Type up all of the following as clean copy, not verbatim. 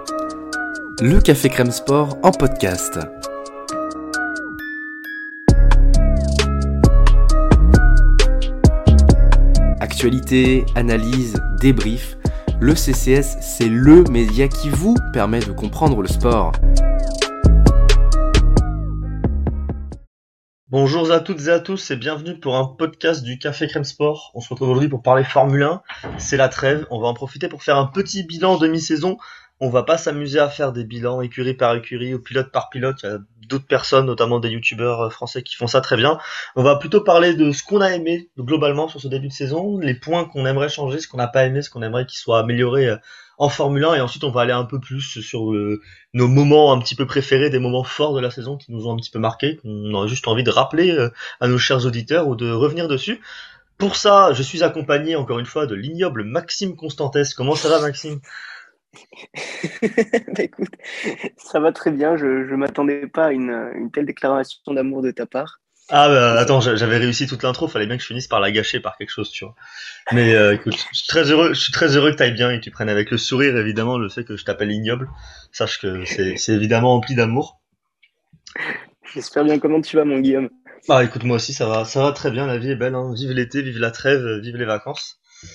Le Café Crème Sport en podcast. Actualité, analyse, débrief, le CCS, c'est le média qui vous permet de comprendre le sport. Bonjour à toutes et à tous et bienvenue pour un podcast du Café Crème Sport. On se retrouve aujourd'hui pour parler Formule 1, c'est la trêve, on va en profiter pour faire un petit bilan demi-saison. On va pas s'amuser à faire des bilans écurie par écurie ou pilote par pilote, il y a d'autres personnes, notamment des youtubeurs français qui font ça très bien. On va plutôt parler de ce qu'on a aimé globalement sur ce début de saison, les points qu'on aimerait changer, ce qu'on n'a pas aimé, ce qu'on aimerait qu'il soit amélioré en Formule 1, et ensuite on va aller un peu plus sur nos moments un petit peu préférés, des moments forts de la saison qui nous ont un petit peu marqués, qu'on aurait juste envie de rappeler à nos chers auditeurs ou de revenir dessus. Pour ça, je suis accompagné encore une fois de l'ignoble Maxime Constantès. Comment ça va, Maxime ? Bah écoute, ça va très bien, je m'attendais pas à une telle déclaration d'amour de ta part. Ah bah attends, j'avais réussi toute l'intro, fallait bien que je finisse par la gâcher par quelque chose, tu vois. Mais écoute, je suis très heureux que t'ailles bien et que tu prennes avec le sourire évidemment le fait que je t'appelle ignoble. Sache que c'est évidemment rempli d'amour. J'espère bien. Comment tu vas, mon Guillaume? Bah écoute, moi aussi ça va très bien, la vie est belle, hein. Vive l'été, vive la trêve, vive les vacances.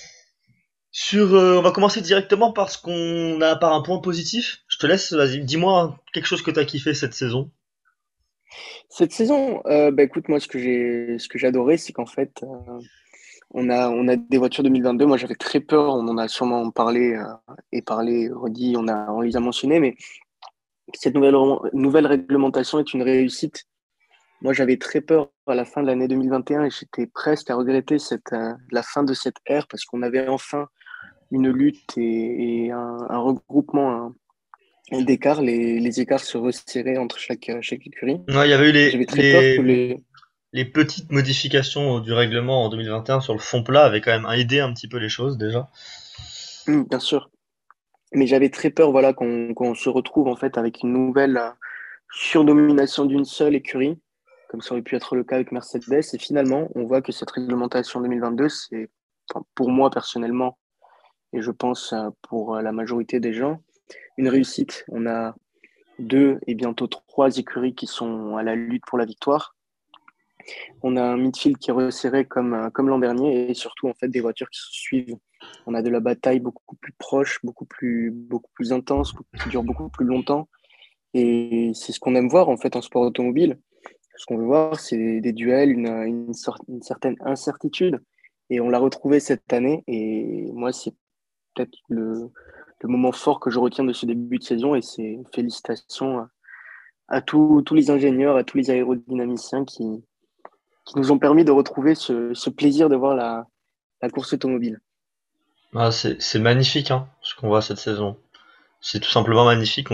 On va commencer directement par un point positif. Je te laisse, vas-y, dis-moi quelque chose que t'as kiffé cette saison. Cette saison, bah écoute, moi ce que j'ai adoré, c'est qu'en fait, on a des voitures 2022. Moi j'avais très peur, on en a sûrement parlé redit, on les a mentionnés, mais cette nouvelle réglementation est une réussite. Moi j'avais très peur à la fin de l'année 2021 et j'étais presque à regretter la fin de cette ère parce qu'on avait enfin une lutte et un regroupement d'écarts. Les écarts se resserraient entre chaque écurie. Ouais, il y avait eu J'avais très peur que les petites modifications du règlement en 2021 sur le fond plat avaient quand même aidé un petit peu les choses déjà. Bien sûr, mais j'avais très peur, voilà, qu'on se retrouve en fait avec une nouvelle surdomination d'une seule écurie, comme ça aurait pu être le cas avec Mercedes. Et finalement, on voit que cette réglementation 2022, c'est, enfin, pour moi personnellement, et je pense pour la majorité des gens, une réussite. On a 2 et bientôt 3 écuries qui sont à la lutte pour la victoire. On a un midfield qui est resserré comme l'an dernier et surtout en fait des voitures qui se suivent. On a de la bataille beaucoup plus proche, beaucoup plus intense, qui dure beaucoup plus longtemps. Et c'est ce qu'on aime voir en fait en sport automobile. Ce qu'on veut voir, c'est des duels, une certaine incertitude. Et on l'a retrouvé cette année. Et moi, c'est peut-être le moment fort que je retiens de ce début de saison. Et c'est félicitations à tous les ingénieurs, à tous les aérodynamiciens qui nous ont permis de retrouver ce plaisir de voir la course automobile. Ah, c'est magnifique, hein, ce qu'on voit cette saison. C'est tout simplement magnifique.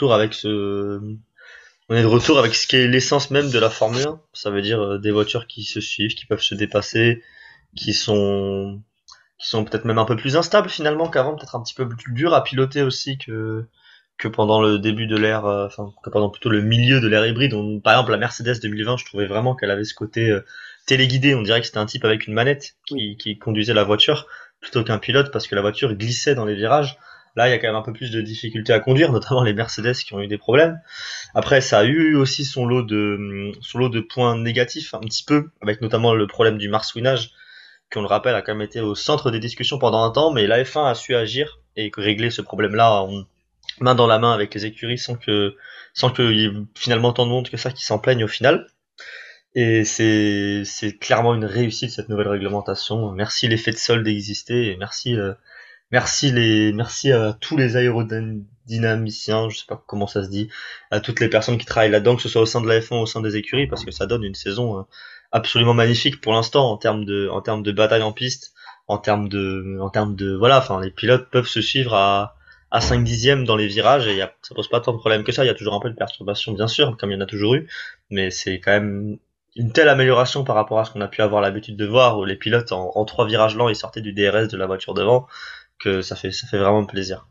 On est de retour avec ce qui est l'essence même de la Formule 1. Ça veut dire des voitures qui se suivent, qui peuvent se dépasser, qui sont, qui sont peut-être même un peu plus instables finalement qu'avant, peut-être un petit peu plus dur à piloter aussi que pendant le début de l'ère, enfin, que pendant plutôt le milieu de l'ère hybride. Par exemple, la Mercedes 2020, je trouvais vraiment qu'elle avait ce côté téléguidé. On dirait que c'était un type avec une manette qui conduisait la voiture plutôt qu'un pilote parce que la voiture glissait dans les virages. Là, il y a quand même un peu plus de difficultés à conduire, notamment les Mercedes qui ont eu des problèmes. Après, ça a eu aussi son lot de points négatifs, un petit peu, avec notamment le problème du marsouinage, qui, on le rappelle, a quand même été au centre des discussions pendant un temps, mais la F1 a su agir et régler ce problème-là main dans la main avec les écuries sans qu'il y ait finalement tant de monde que ça qui s'en plaigne au final. Et c'est clairement une réussite cette nouvelle réglementation. Merci l'effet de sol d'exister et merci à tous les aérodynamiciens, je sais pas comment ça se dit, à toutes les personnes qui travaillent là-dedans, que ce soit au sein de la F1 ou au sein des écuries, parce que ça donne une saison absolument magnifique pour l'instant en termes de bataille en piste, en termes de voilà, enfin les pilotes peuvent se suivre à 5 dixièmes dans les virages et ça pose pas tant de problèmes que ça. Il y a toujours un peu de perturbation bien sûr, comme il y en a toujours eu, mais c'est quand même une telle amélioration par rapport à ce qu'on a pu avoir l'habitude de voir où les pilotes en 3 virages lents ils sortaient du DRS de la voiture devant, que ça fait vraiment plaisir.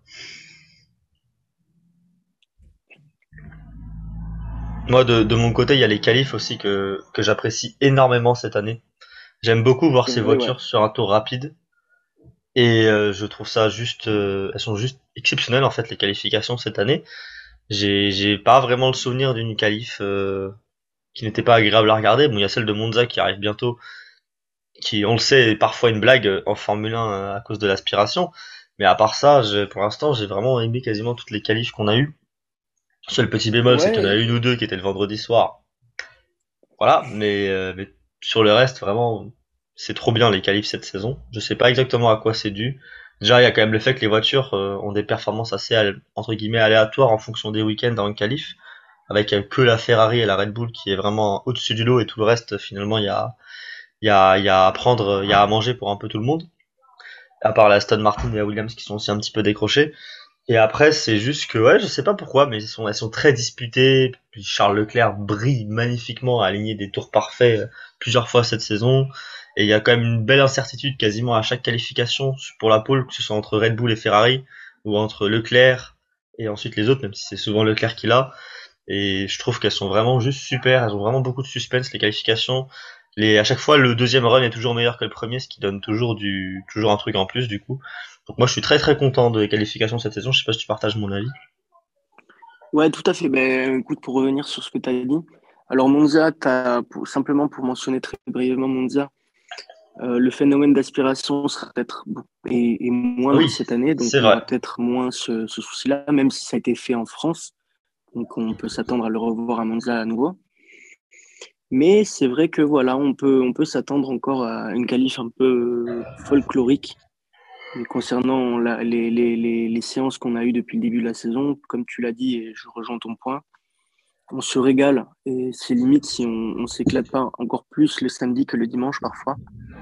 Moi de mon côté il y a les qualifs aussi que j'apprécie énormément cette année. J'aime beaucoup voir C'est ces vrai, ouais. voitures sur un tour rapide. Et je trouve ça juste, elles sont juste exceptionnelles en fait les qualifications cette année. J'ai pas vraiment le souvenir d'une qualif qui n'était pas agréable à regarder. Bon, il y a celle de Monza qui arrive bientôt, qui on le sait est parfois une blague en Formule 1 à cause de l'aspiration. Mais à part ça, pour l'instant, j'ai vraiment aimé quasiment toutes les qualifs qu'on a eues. Seul petit bémol, c'est qu'il y en a Ouais, une ou deux qui étaient le vendredi soir. Voilà, mais sur le reste, vraiment, c'est trop bien les qualifs cette saison. Je sais pas exactement à quoi c'est dû. Déjà, il y a quand même le fait que les voitures ont des performances assez entre guillemets aléatoires en fonction des week-ends dans le qualif, avec que la Ferrari et la Red Bull qui est vraiment au-dessus du lot et tout le reste, finalement, il y a à prendre, il y a à manger pour un peu tout le monde. À part la Aston Martin et la Williams qui sont aussi un petit peu décrochés. Et après, c'est juste que, ouais, je sais pas pourquoi, mais elles sont très disputées. Puis Charles Leclerc brille magnifiquement à aligner des tours parfaits plusieurs fois cette saison. Et il y a quand même une belle incertitude quasiment à chaque qualification pour la pole, que ce soit entre Red Bull et Ferrari, ou entre Leclerc et ensuite les autres, même si c'est souvent Leclerc qui l'a. Et je trouve qu'elles sont vraiment juste super. Elles ont vraiment beaucoup de suspense, les qualifications. À chaque fois, le deuxième run est toujours meilleur que le premier, ce qui donne toujours un truc en plus, du coup. Donc moi, je suis très très content de les qualifications cette saison. Je sais pas si tu partages mon avis. ouais, tout à fait. Ben, écoute, pour revenir sur ce que tu as dit, alors Monza, simplement pour mentionner très brièvement Monza, le phénomène d'aspiration sera peut-être est Ah moindre oui, cette année, donc c'est on vrai. aura peut-être moins ce souci-là, même si ça a été fait en France. Donc on peut s'attendre à le revoir à Monza à nouveau. Mais c'est vrai que voilà, on peut s'attendre encore à une qualif un peu folklorique. Mais concernant les séances qu'on a eues depuis le début de la saison, comme tu l'as dit, et je rejoins ton point, on se régale et c'est limite si on s'éclate pas encore plus le samedi que le dimanche parfois.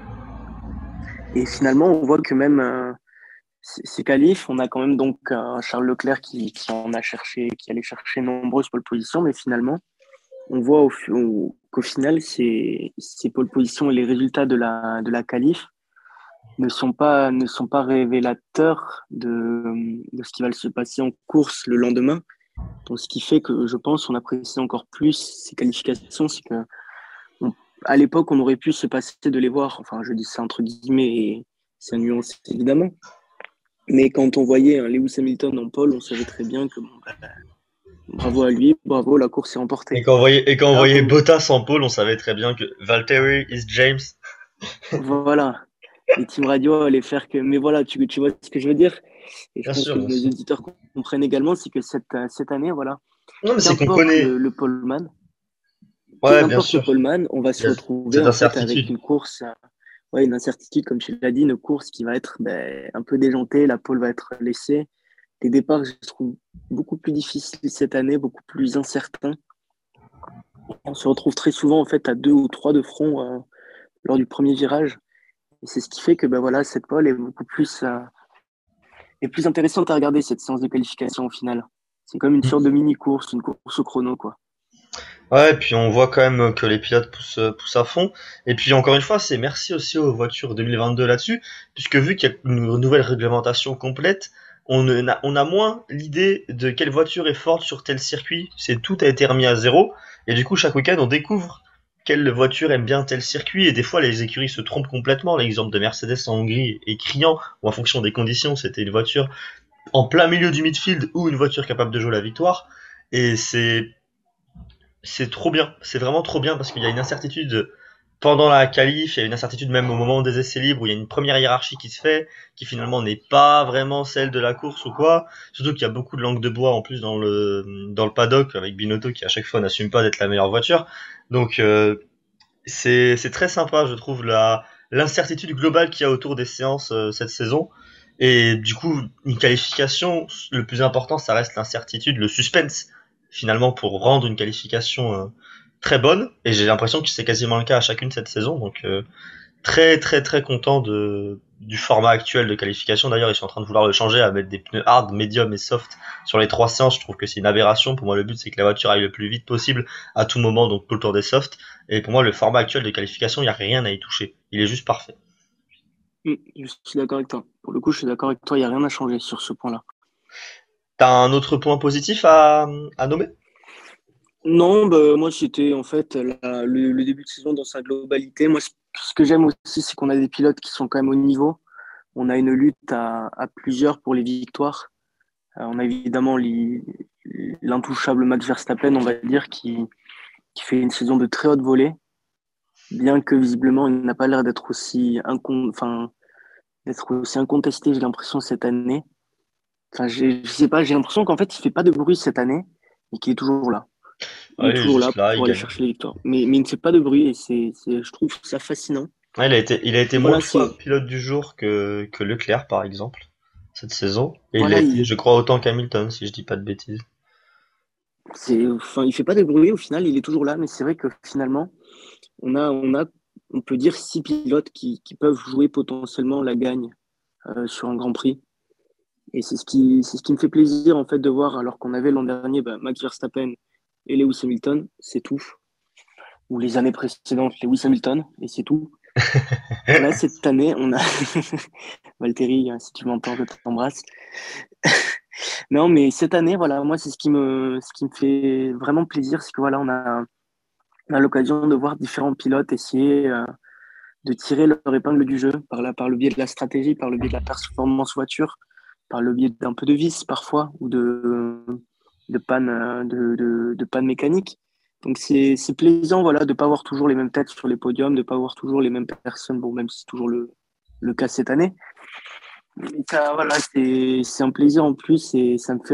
Et finalement, on voit que même ces qualifs, on a quand même donc un Charles Leclerc qui en a cherché, qui allait chercher nombreuses pole positions, mais finalement, on voit qu'au final, ces pole positions et les résultats de la qualif ne sont pas révélateurs de ce qui va se passer en course le lendemain. Donc, ce qui fait que je pense on apprécie encore plus ces qualifications, c'est que à l'époque, on aurait pu se passer de les voir. Enfin, je dis ça entre guillemets et c'est une nuance évidemment. Mais quand on voyait un Lewis Hamilton en pole, on savait très bien que bon, bah, bravo à lui, bravo, la course est Et remportée. quand on Là, voyait Bottas en pole, on savait très bien que Valtteri is James. voilà, les team radio allaient faire que. Mais voilà, tu vois ce que je veux dire. Et je Bien pense sûr, que bien nos sûr. auditeurs comprennent également, c'est que cette année, voilà, Non, mais c'est qu'on qu'importe connaît. le poleman, Ouais, bien qu'importe le sûr. poleman, on va Il y se a retrouver cette en fait avec incertitude. une course, ouais, une incertitude, comme tu l'as dit, une course qui va être un peu déjantée, la pole va être laissée. Les départs, je trouve beaucoup plus difficiles cette année, beaucoup plus incertains. On se retrouve très souvent en fait à deux ou trois de front lors du premier virage. Et c'est ce qui fait que ben voilà, cette pole est plus intéressante à regarder, cette séance de qualification au final. C'est comme une sorte de mini-course, une course au chrono, quoi. Ouais, et puis on voit quand même que les pilotes poussent à fond. Et puis encore une fois, c'est merci aussi aux voitures 2022 là-dessus, puisque vu qu'il y a une nouvelle réglementation complète, on a moins l'idée de quelle voiture est forte sur tel circuit. Tout a été remis à zéro. Et du coup, chaque week-end, on découvre quelle voiture aime bien tel circuit. Et des fois, les écuries se trompent complètement. L'exemple de Mercedes en Hongrie est criant, ou en fonction des conditions, c'était une voiture en plein milieu du midfield ou une voiture capable de jouer la victoire. Et c'est trop bien, c'est vraiment trop bien parce qu'il y a une incertitude pendant la qualif, il y a une incertitude même au moment des essais libres où il y a une première hiérarchie qui se fait, qui finalement n'est pas vraiment celle de la course ou quoi. Surtout qu'il y a beaucoup de langue de bois en plus dans le paddock avec Binotto qui à chaque fois n'assume pas d'être la meilleure voiture. Donc c'est très sympa, je trouve, l'incertitude globale qu'il y a autour des séances cette saison. Et du coup, une qualification, le plus important, ça reste l'incertitude, le suspense, finalement, pour rendre une qualification très bonne. Et j'ai l'impression que c'est quasiment le cas à chacune cette saison. Donc, très, très, très content du format actuel de qualification. D'ailleurs, ils sont en train de vouloir le changer à mettre des pneus hard, medium et soft sur les trois séances. Je trouve que c'est une aberration. Pour moi, le but, c'est que la voiture aille le plus vite possible à tout moment, donc tout le tour des softs. Et pour moi, le format actuel de qualification, il n'y a rien à y toucher. Il est juste parfait. Je suis d'accord avec toi. Pour le coup, je suis d'accord avec toi, il n'y a rien à changer sur ce point-là. T'as un autre point positif à nommer? Non, bah, moi, c'était en fait le début de saison dans sa globalité. Moi, ce que j'aime aussi, c'est qu'on a des pilotes qui sont quand même au niveau. on a une lutte à plusieurs pour les victoires. On a évidemment l'intouchable Max Verstappen, on va dire, qui fait une saison de très haute volée, bien que visiblement il n'a pas l'air d'être aussi incontesté, j'ai l'impression, cette année. Enfin, je sais pas, j'ai l'impression qu'en fait, il fait pas de bruit cette année, mais qu'il est toujours là. Il Ouais, est il est toujours là juste là, il pour aller gagne. chercher les victoires. Mais il ne fait pas de bruit et je trouve ça fascinant. Ouais, il a été Et moins voilà, de fois pilote du jour que Leclerc, par exemple, cette saison. Et il l'a voilà, été, je crois, autant qu'Hamilton, si je dis pas de bêtises. il fait pas de bruit au final, il est toujours là, mais c'est vrai que finalement, on peut dire 6 pilotes qui peuvent jouer potentiellement la gagne sur un Grand Prix. Et c'est ce qui me fait plaisir en fait de voir, alors qu'on avait l'an dernier Max Verstappen et Lewis Hamilton, c'est tout. Ou les années précédentes, Lewis Hamilton, et c'est tout. Là, cette année, on a Valtteri, si tu m'entends, je t'embrasse. Non, mais cette année, voilà, moi, c'est ce qui me fait vraiment plaisir, c'est que voilà, on a l'occasion de voir différents pilotes essayer de tirer leur épingle du jeu par le biais de la stratégie, par le biais de la performance voiture, par le biais d'un peu de vis parfois ou de panne de panne mécanique. Donc c'est plaisant voilà de pas avoir toujours les mêmes têtes sur les podiums, de pas avoir toujours les mêmes personnes. Bon, même si c'est toujours le cas cette année. Mais ça, voilà, c'est un plaisir en plus et ça me fait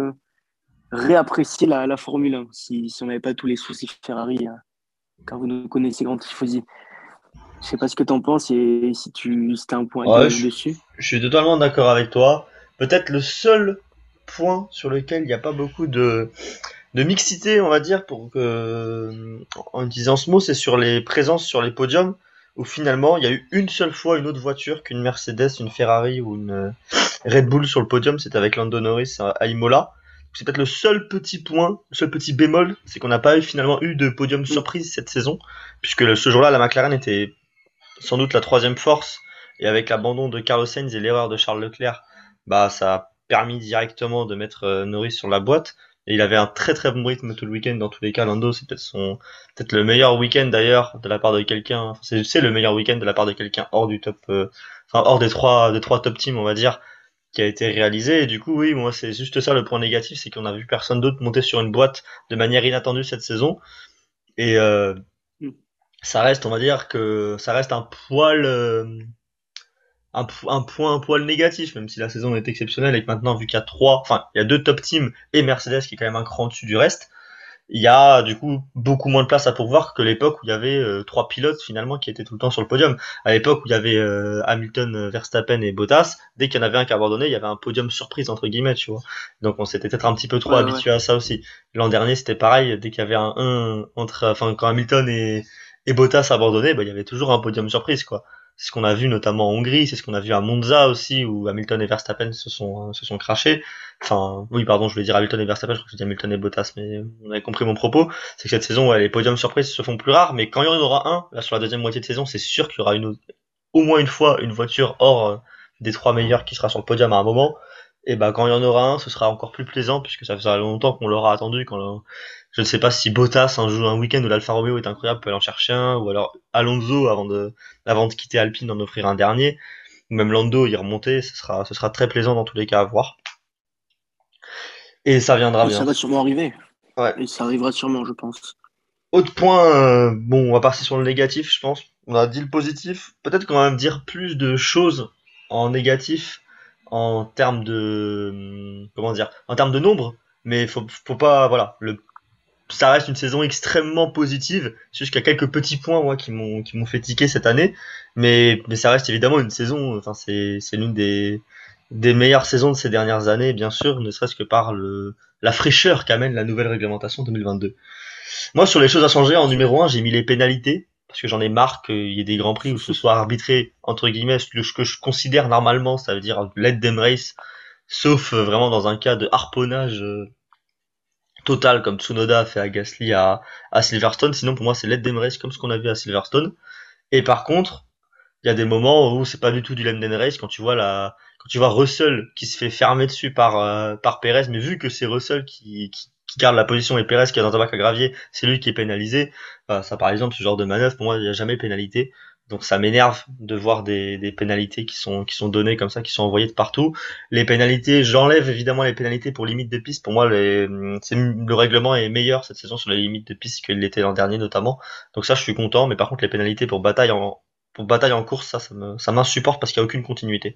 réapprécier la Formule 1 si on n'avait pas tous les soucis Ferrari quand vous nous connaissez grand tifosi. Je sais pas ce que tu en penses et si t'as un point à Ouais, dire je, dessus. je suis totalement d'accord avec toi. Peut-être le seul point sur lequel il n'y a pas beaucoup de mixité, on va dire, en utilisant ce mot, c'est sur les présences sur les podiums, où finalement, il y a eu une seule fois une autre voiture qu'une Mercedes, une Ferrari ou une Red Bull sur le podium, c'était avec Lando Norris à Imola. C'est peut-être le seul petit point, le seul petit bémol, c'est qu'on n'a pas finalement eu de podium Mm. surprise cette saison, puisque ce jour-là, la McLaren était sans doute la troisième force, et avec l'abandon de Carlos Sainz et l'erreur de Charles Leclerc, bah ça a permis directement de mettre Norris sur la boîte. Et il avait un très très bon rythme tout le week-end dans tous les cas. Lando, c'est peut-être le meilleur week-end d'ailleurs de la part de quelqu'un. Enfin, c'est le meilleur week-end de la part de quelqu'un hors du top, enfin hors des trois top teams on va dire, qui a été réalisé. Et du coup, oui, moi c'est juste ça le point négatif, c'est qu'on a vu personne d'autre monter sur une boîte de manière inattendue cette saison. Et Mm. ça reste, on va dire que ça reste un poil, un poil négatif, même si la saison est exceptionnelle et que maintenant, vu qu'il y a il y a deux top teams et Mercedes qui est quand même un cran au-dessus du reste, il y a du coup beaucoup moins de place à pourvoir que l'époque où il y avait trois pilotes finalement qui étaient tout le temps sur le podium. À l'époque où il y avait Hamilton, Verstappen et Bottas, dès qu'il y en avait un qui abandonnait, il y avait un podium surprise entre guillemets, tu vois. Donc on s'était peut-être un petit peu trop Ouais, ouais. habitué à ça aussi. L'an dernier c'était pareil, dès qu'il y avait enfin quand Hamilton et Bottas abandonnaient, bah, il y avait toujours un podium surprise quoi. C'est ce qu'on a vu notamment en Hongrie, c'est ce qu'on a vu à Monza aussi où Hamilton et Verstappen se sont crashés. Enfin, oui, pardon, je voulais dire Hamilton et Verstappen, je crois que j'ai dit Hamilton et Bottas, mais on avait compris mon propos. C'est que cette saison, ouais, les podiums surprises se font plus rares, mais quand il y en aura un, là, sur la deuxième moitié de saison, c'est sûr qu'il y aura au moins une fois une voiture hors des trois meilleurs qui sera sur le podium à un moment. Et bah, quand il y en aura un, ce sera encore plus plaisant, puisque ça faisait longtemps qu'on l'aura attendu. Je ne sais pas si Bottas, un week-end où l'Alfa Romeo est incroyable, peut aller en chercher un, ou alors Alonso, avant de quitter Alpine, d'en offrir un dernier, ou même Lando y remonter, ce sera très plaisant dans tous les cas à voir. Et ça viendra Et bien. ça va sûrement arriver. Ouais. Et ça arrivera sûrement, je pense. Autre point, bon, on va passer sur le négatif, je pense. On a dit le positif. Peut-être qu'on va même dire plus de choses en négatif en termes de, comment dire, en termes de nombre. Mais faut pas, voilà, ça reste une saison extrêmement positive. C'est juste qu'il y a quelques petits points, moi, qui m'ont fait tiquer cette année. Mais ça reste évidemment une saison, enfin, c'est l'une des meilleures saisons de ces dernières années, bien sûr, ne serait-ce que par la fraîcheur qu'amène la nouvelle réglementation 2022. Moi, sur les choses à changer, en numéro un, j'ai mis les pénalités, parce que j'en ai marre qu'il y ait des grands prix où ce soit arbitré, entre guillemets, ce que je considère normalement, ça veut dire let them race, sauf vraiment dans un cas de harponnage total, comme Tsunoda a fait à Gasly à Silverstone. Sinon, pour moi, c'est let them race, comme ce qu'on a vu à Silverstone. Et par contre, il y a des moments où c'est pas du tout du let them race, quand tu vois Russell qui se fait fermer dessus par Perez, mais vu que c'est Russell qui garde la position et Perez qui est dans un bac à gravier, c'est lui qui est pénalisé. Ça, par exemple, ce genre de manœuvre, pour moi, il n'y a jamais pénalité. Donc ça m'énerve de voir des pénalités qui sont données comme ça, qui sont envoyées de partout. Les pénalités, j'enlève évidemment les pénalités pour limite de piste. Pour moi, le règlement est meilleur cette saison sur les limites de piste qu'il l'était l'an dernier notamment. Donc ça, je suis content. Mais par contre, les pénalités pour bataille en course, ça m'insupporte parce qu'il n'y a aucune continuité.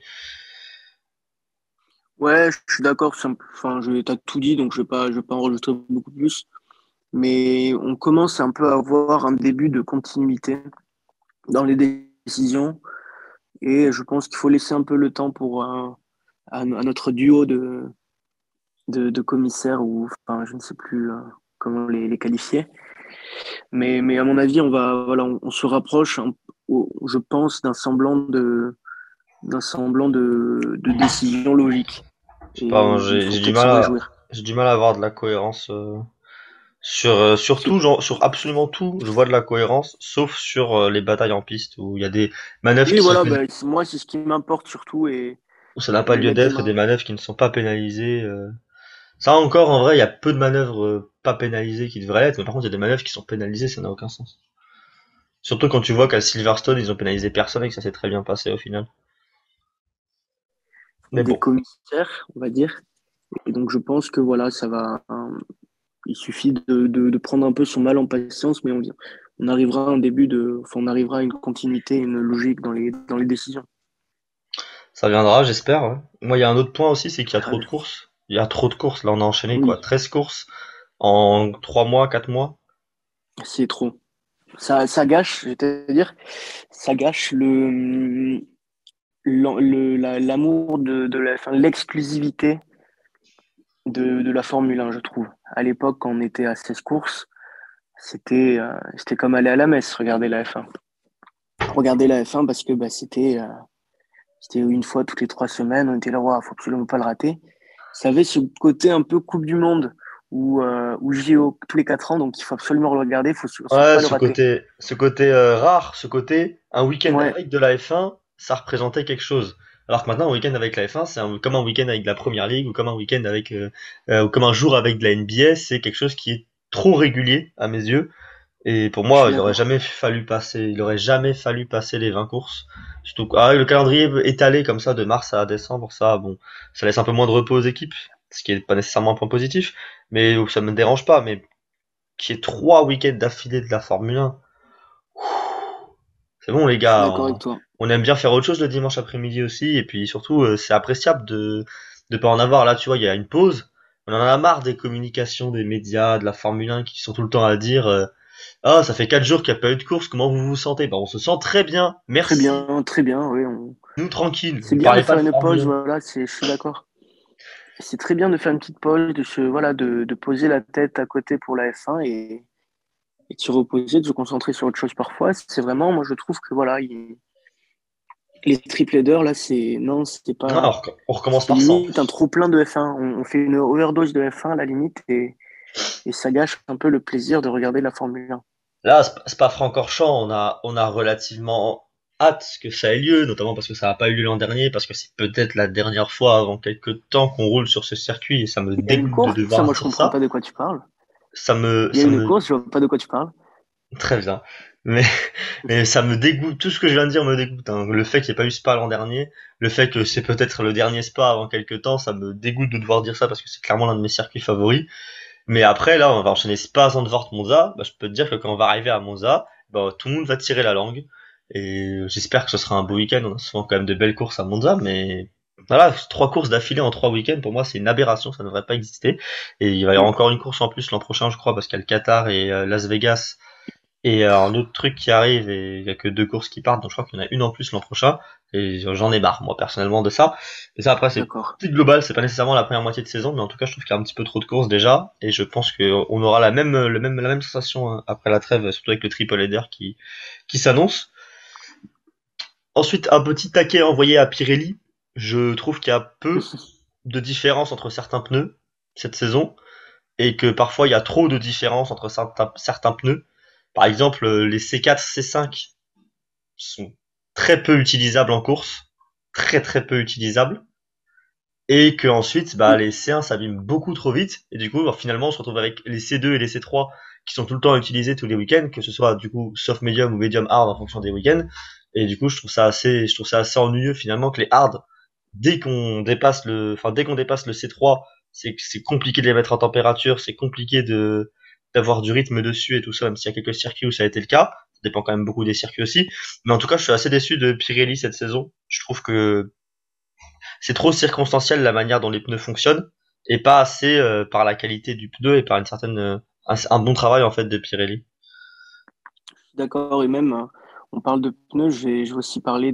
Ouais, je suis d'accord. Enfin, t'as tout dit, donc je vais pas enregistrer beaucoup plus. Mais on commence un peu à avoir un début de continuité dans les décisions. Et je pense qu'il faut laisser un peu le temps à notre duo de commissaires, ou enfin, je ne sais plus comment les qualifier. Mais à mon avis, on se rapproche, je pense, d'un semblant de décision logique. Je sais Et pas, il faut peut-être s'en réjouir. j'ai du mal à avoir de la cohérence sur tout, sur absolument tout. Je vois de la cohérence, sauf sur les batailles en piste où il y a des manœuvres Oui, qui sont voilà, moi, c'est ce qui m'importe surtout. où ça n'a pas Et il y lieu a des d'être et des manœuvres qui ne sont pas pénalisées. Ça encore, en vrai, il y a peu de manœuvres pas pénalisées qui devraient l'être, mais par contre, il y a des manœuvres qui sont pénalisées, ça n'a aucun sens. Surtout quand tu vois qu'à Silverstone, ils ont pénalisé personne et que ça s'est très bien passé au final. Mais des bon, commissaires, on va dire. Et donc, je pense que voilà, ça va. Il suffit de prendre un peu son mal en patience, mais on arrivera à enfin, on arrivera à une continuité, une logique dans les décisions. ça viendra, j'espère. Ouais. Moi, il y a un autre point aussi, c'est qu'il y a Très trop de bien. courses. Il y a trop de courses. Là, on a enchaîné quoi? Oui, 13 courses en 3 mois, 4 mois. c'est trop. Ça gâche, je vais te dire, ça gâche l'amour enfin, l'exclusivité de la Formule 1, je trouve. À l'époque, quand on était à 16 courses, c'était comme aller à la messe, regarder la F1. Regarder la F1 parce que c'était une fois toutes les 3 semaines, on était là, il faut absolument pas le rater. Ça avait ce côté un peu Coupe du Monde ou JO tous les 4 ans, donc il faut absolument le regarder, il faut surtout Ouais, pas le rater. ce côté rare, ce côté un week-end Ouais, avec de la F1, ça représentait quelque chose. Alors que maintenant, un week-end avec la F1, comme un week-end avec de la Première Ligue ou comme un week-end avec ou comme un jour avec de la NBA, c'est quelque chose qui est trop régulier à mes yeux. Et pour je suis moi, d'accord. il aurait jamais fallu passer les 20 courses. Surtout avec le calendrier étalé comme ça de mars à décembre, ça, bon, ça laisse un peu moins de repos aux équipes, ce qui est pas nécessairement un point positif, mais ça me dérange pas. Mais qu'il y ait 3 week-ends d'affilée de la Formule 1, c'est bon les Je suis gars, d'accord avec toi. on aime bien faire autre chose le dimanche après-midi aussi, et puis surtout c'est appréciable de pas en avoir. Là, tu vois, il y a une pause. On en a marre des communications des médias, de la Formule 1 qui sont tout le temps à dire ah, ça fait 4 jours qu'il n'y a pas eu de course, comment vous vous sentez? Bah, on se sent très bien, merci. Très bien, oui. Nous tranquille, C'est vous bien de parlez pas faire de une Formule pause, 1. voilà, je suis d'accord. C'est très bien de faire une petite pause, de poser la tête à côté pour la F1 et de se reposer, de se concentrer sur autre chose parfois. C'est vraiment, moi je trouve que voilà, les triple headers là, non, Non, on recommence c'est par ça en limite un plus. trop plein de F1. On fait une overdose de F1 à la limite et ça gâche un peu le plaisir de regarder la Formule 1. Là, Spa-Francorchamps, on a relativement hâte que ça ait lieu, notamment parce que ça n'a pas eu lieu l'an dernier, parce que c'est peut-être la dernière fois avant quelques temps qu'on roule sur ce circuit, et ça me Il y a une dégoûte de course, ça, moi devoir je dire comprends ça. pas de quoi tu parles. Il y a Ça une me, course, je vois pas de quoi tu parles. très bien. Mais, mais ça me dégoûte, tout ce que je viens de dire me dégoûte, hein. Le fait qu'il n'y ait pas eu Spa l'an dernier, le fait que c'est peut-être le dernier Spa avant quelques temps, ça me dégoûte de devoir dire ça parce que c'est clairement l'un de mes circuits favoris. Mais après, là, on va enchaîner Spa, Zandvoort, Monza. Bah, je peux te dire que quand on va arriver à Monza, bah, tout le monde va tirer la langue. Et j'espère que ce sera un beau week-end. On a souvent quand même de belles courses à Monza, mais voilà, 3 courses d'affilée en 3 week-ends, pour moi, c'est une aberration. Ça ne devrait pas exister. Et il va y avoir encore une course en plus l'an prochain, je crois, parce qu'il y a le Qatar et Las Vegas. Et un autre truc qui arrive, et il y a que 2 courses qui partent, donc je crois qu'il y en a une en plus l'an prochain. Et j'en ai marre, moi, personnellement, de ça. Et ça, après, c'est D'accord. plus global, c'est pas nécessairement la première moitié de saison, mais en tout cas, je trouve qu'il y a un petit peu trop de courses déjà, et je pense qu'on aura la même sensation hein, après la trêve, surtout avec le triple header qui s'annonce. Ensuite, un petit taquet envoyé à Pirelli. Je trouve qu'il y a peu de différence entre certains pneus cette saison, et que parfois il y a trop de différence entre certains pneus. Par exemple, les C4, C5 sont très peu utilisables en course, très très peu utilisables. Et que ensuite bah, les C1 s'abîment beaucoup trop vite et du coup bah, finalement on se retrouve avec les C2 et les C3 qui sont tout le temps utilisés tous les week-ends, que ce soit du coup soft medium ou medium hard en fonction des week-ends, Et du coup, je trouve ça assez ennuyeux finalement que les hards, dès qu'on dépasse le C3, c'est compliqué de les mettre en température, c'est compliqué d'avoir du rythme dessus et tout ça, même s'il y a quelques circuits où ça a été le cas. Ça dépend quand même beaucoup des circuits aussi. Mais en tout cas, je suis assez déçu de Pirelli cette saison. Je trouve que c'est trop circonstanciel la manière dont les pneus fonctionnent et pas assez par la qualité du pneu et par un bon travail en fait de Pirelli. D'accord, et même, on parle de pneus, je vais aussi parler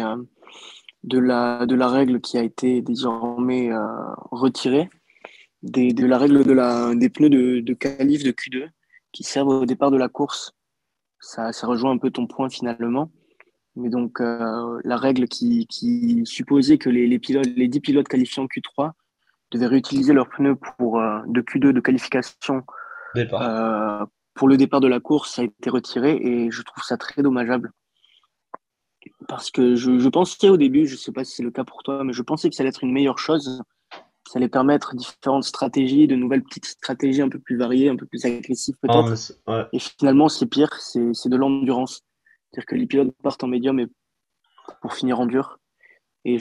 de la règle qui a été désormais retirée, de la règle des pneus de qualif de Q2 qui servent au départ de la course. Ça rejoint un peu ton point finalement. Mais donc, la règle qui supposait que les pilotes, les 10 pilotes qualifiés en Q3 devaient réutiliser leurs pneus de Q2 de qualification Départ. pour le départ de la course a été retirée et je trouve ça très dommageable. Parce que je pensais au début, je ne sais pas si c'est le cas pour toi, mais je pensais que ça allait être une meilleure chose. Ça allait permettre différentes stratégies, de nouvelles petites stratégies un peu plus variées, un peu plus agressives Non, peut-être. mais ouais. Et finalement, c'est pire, c'est de l'endurance. C'est-à-dire que les pilotes partent en médium et pour finir en dur. Et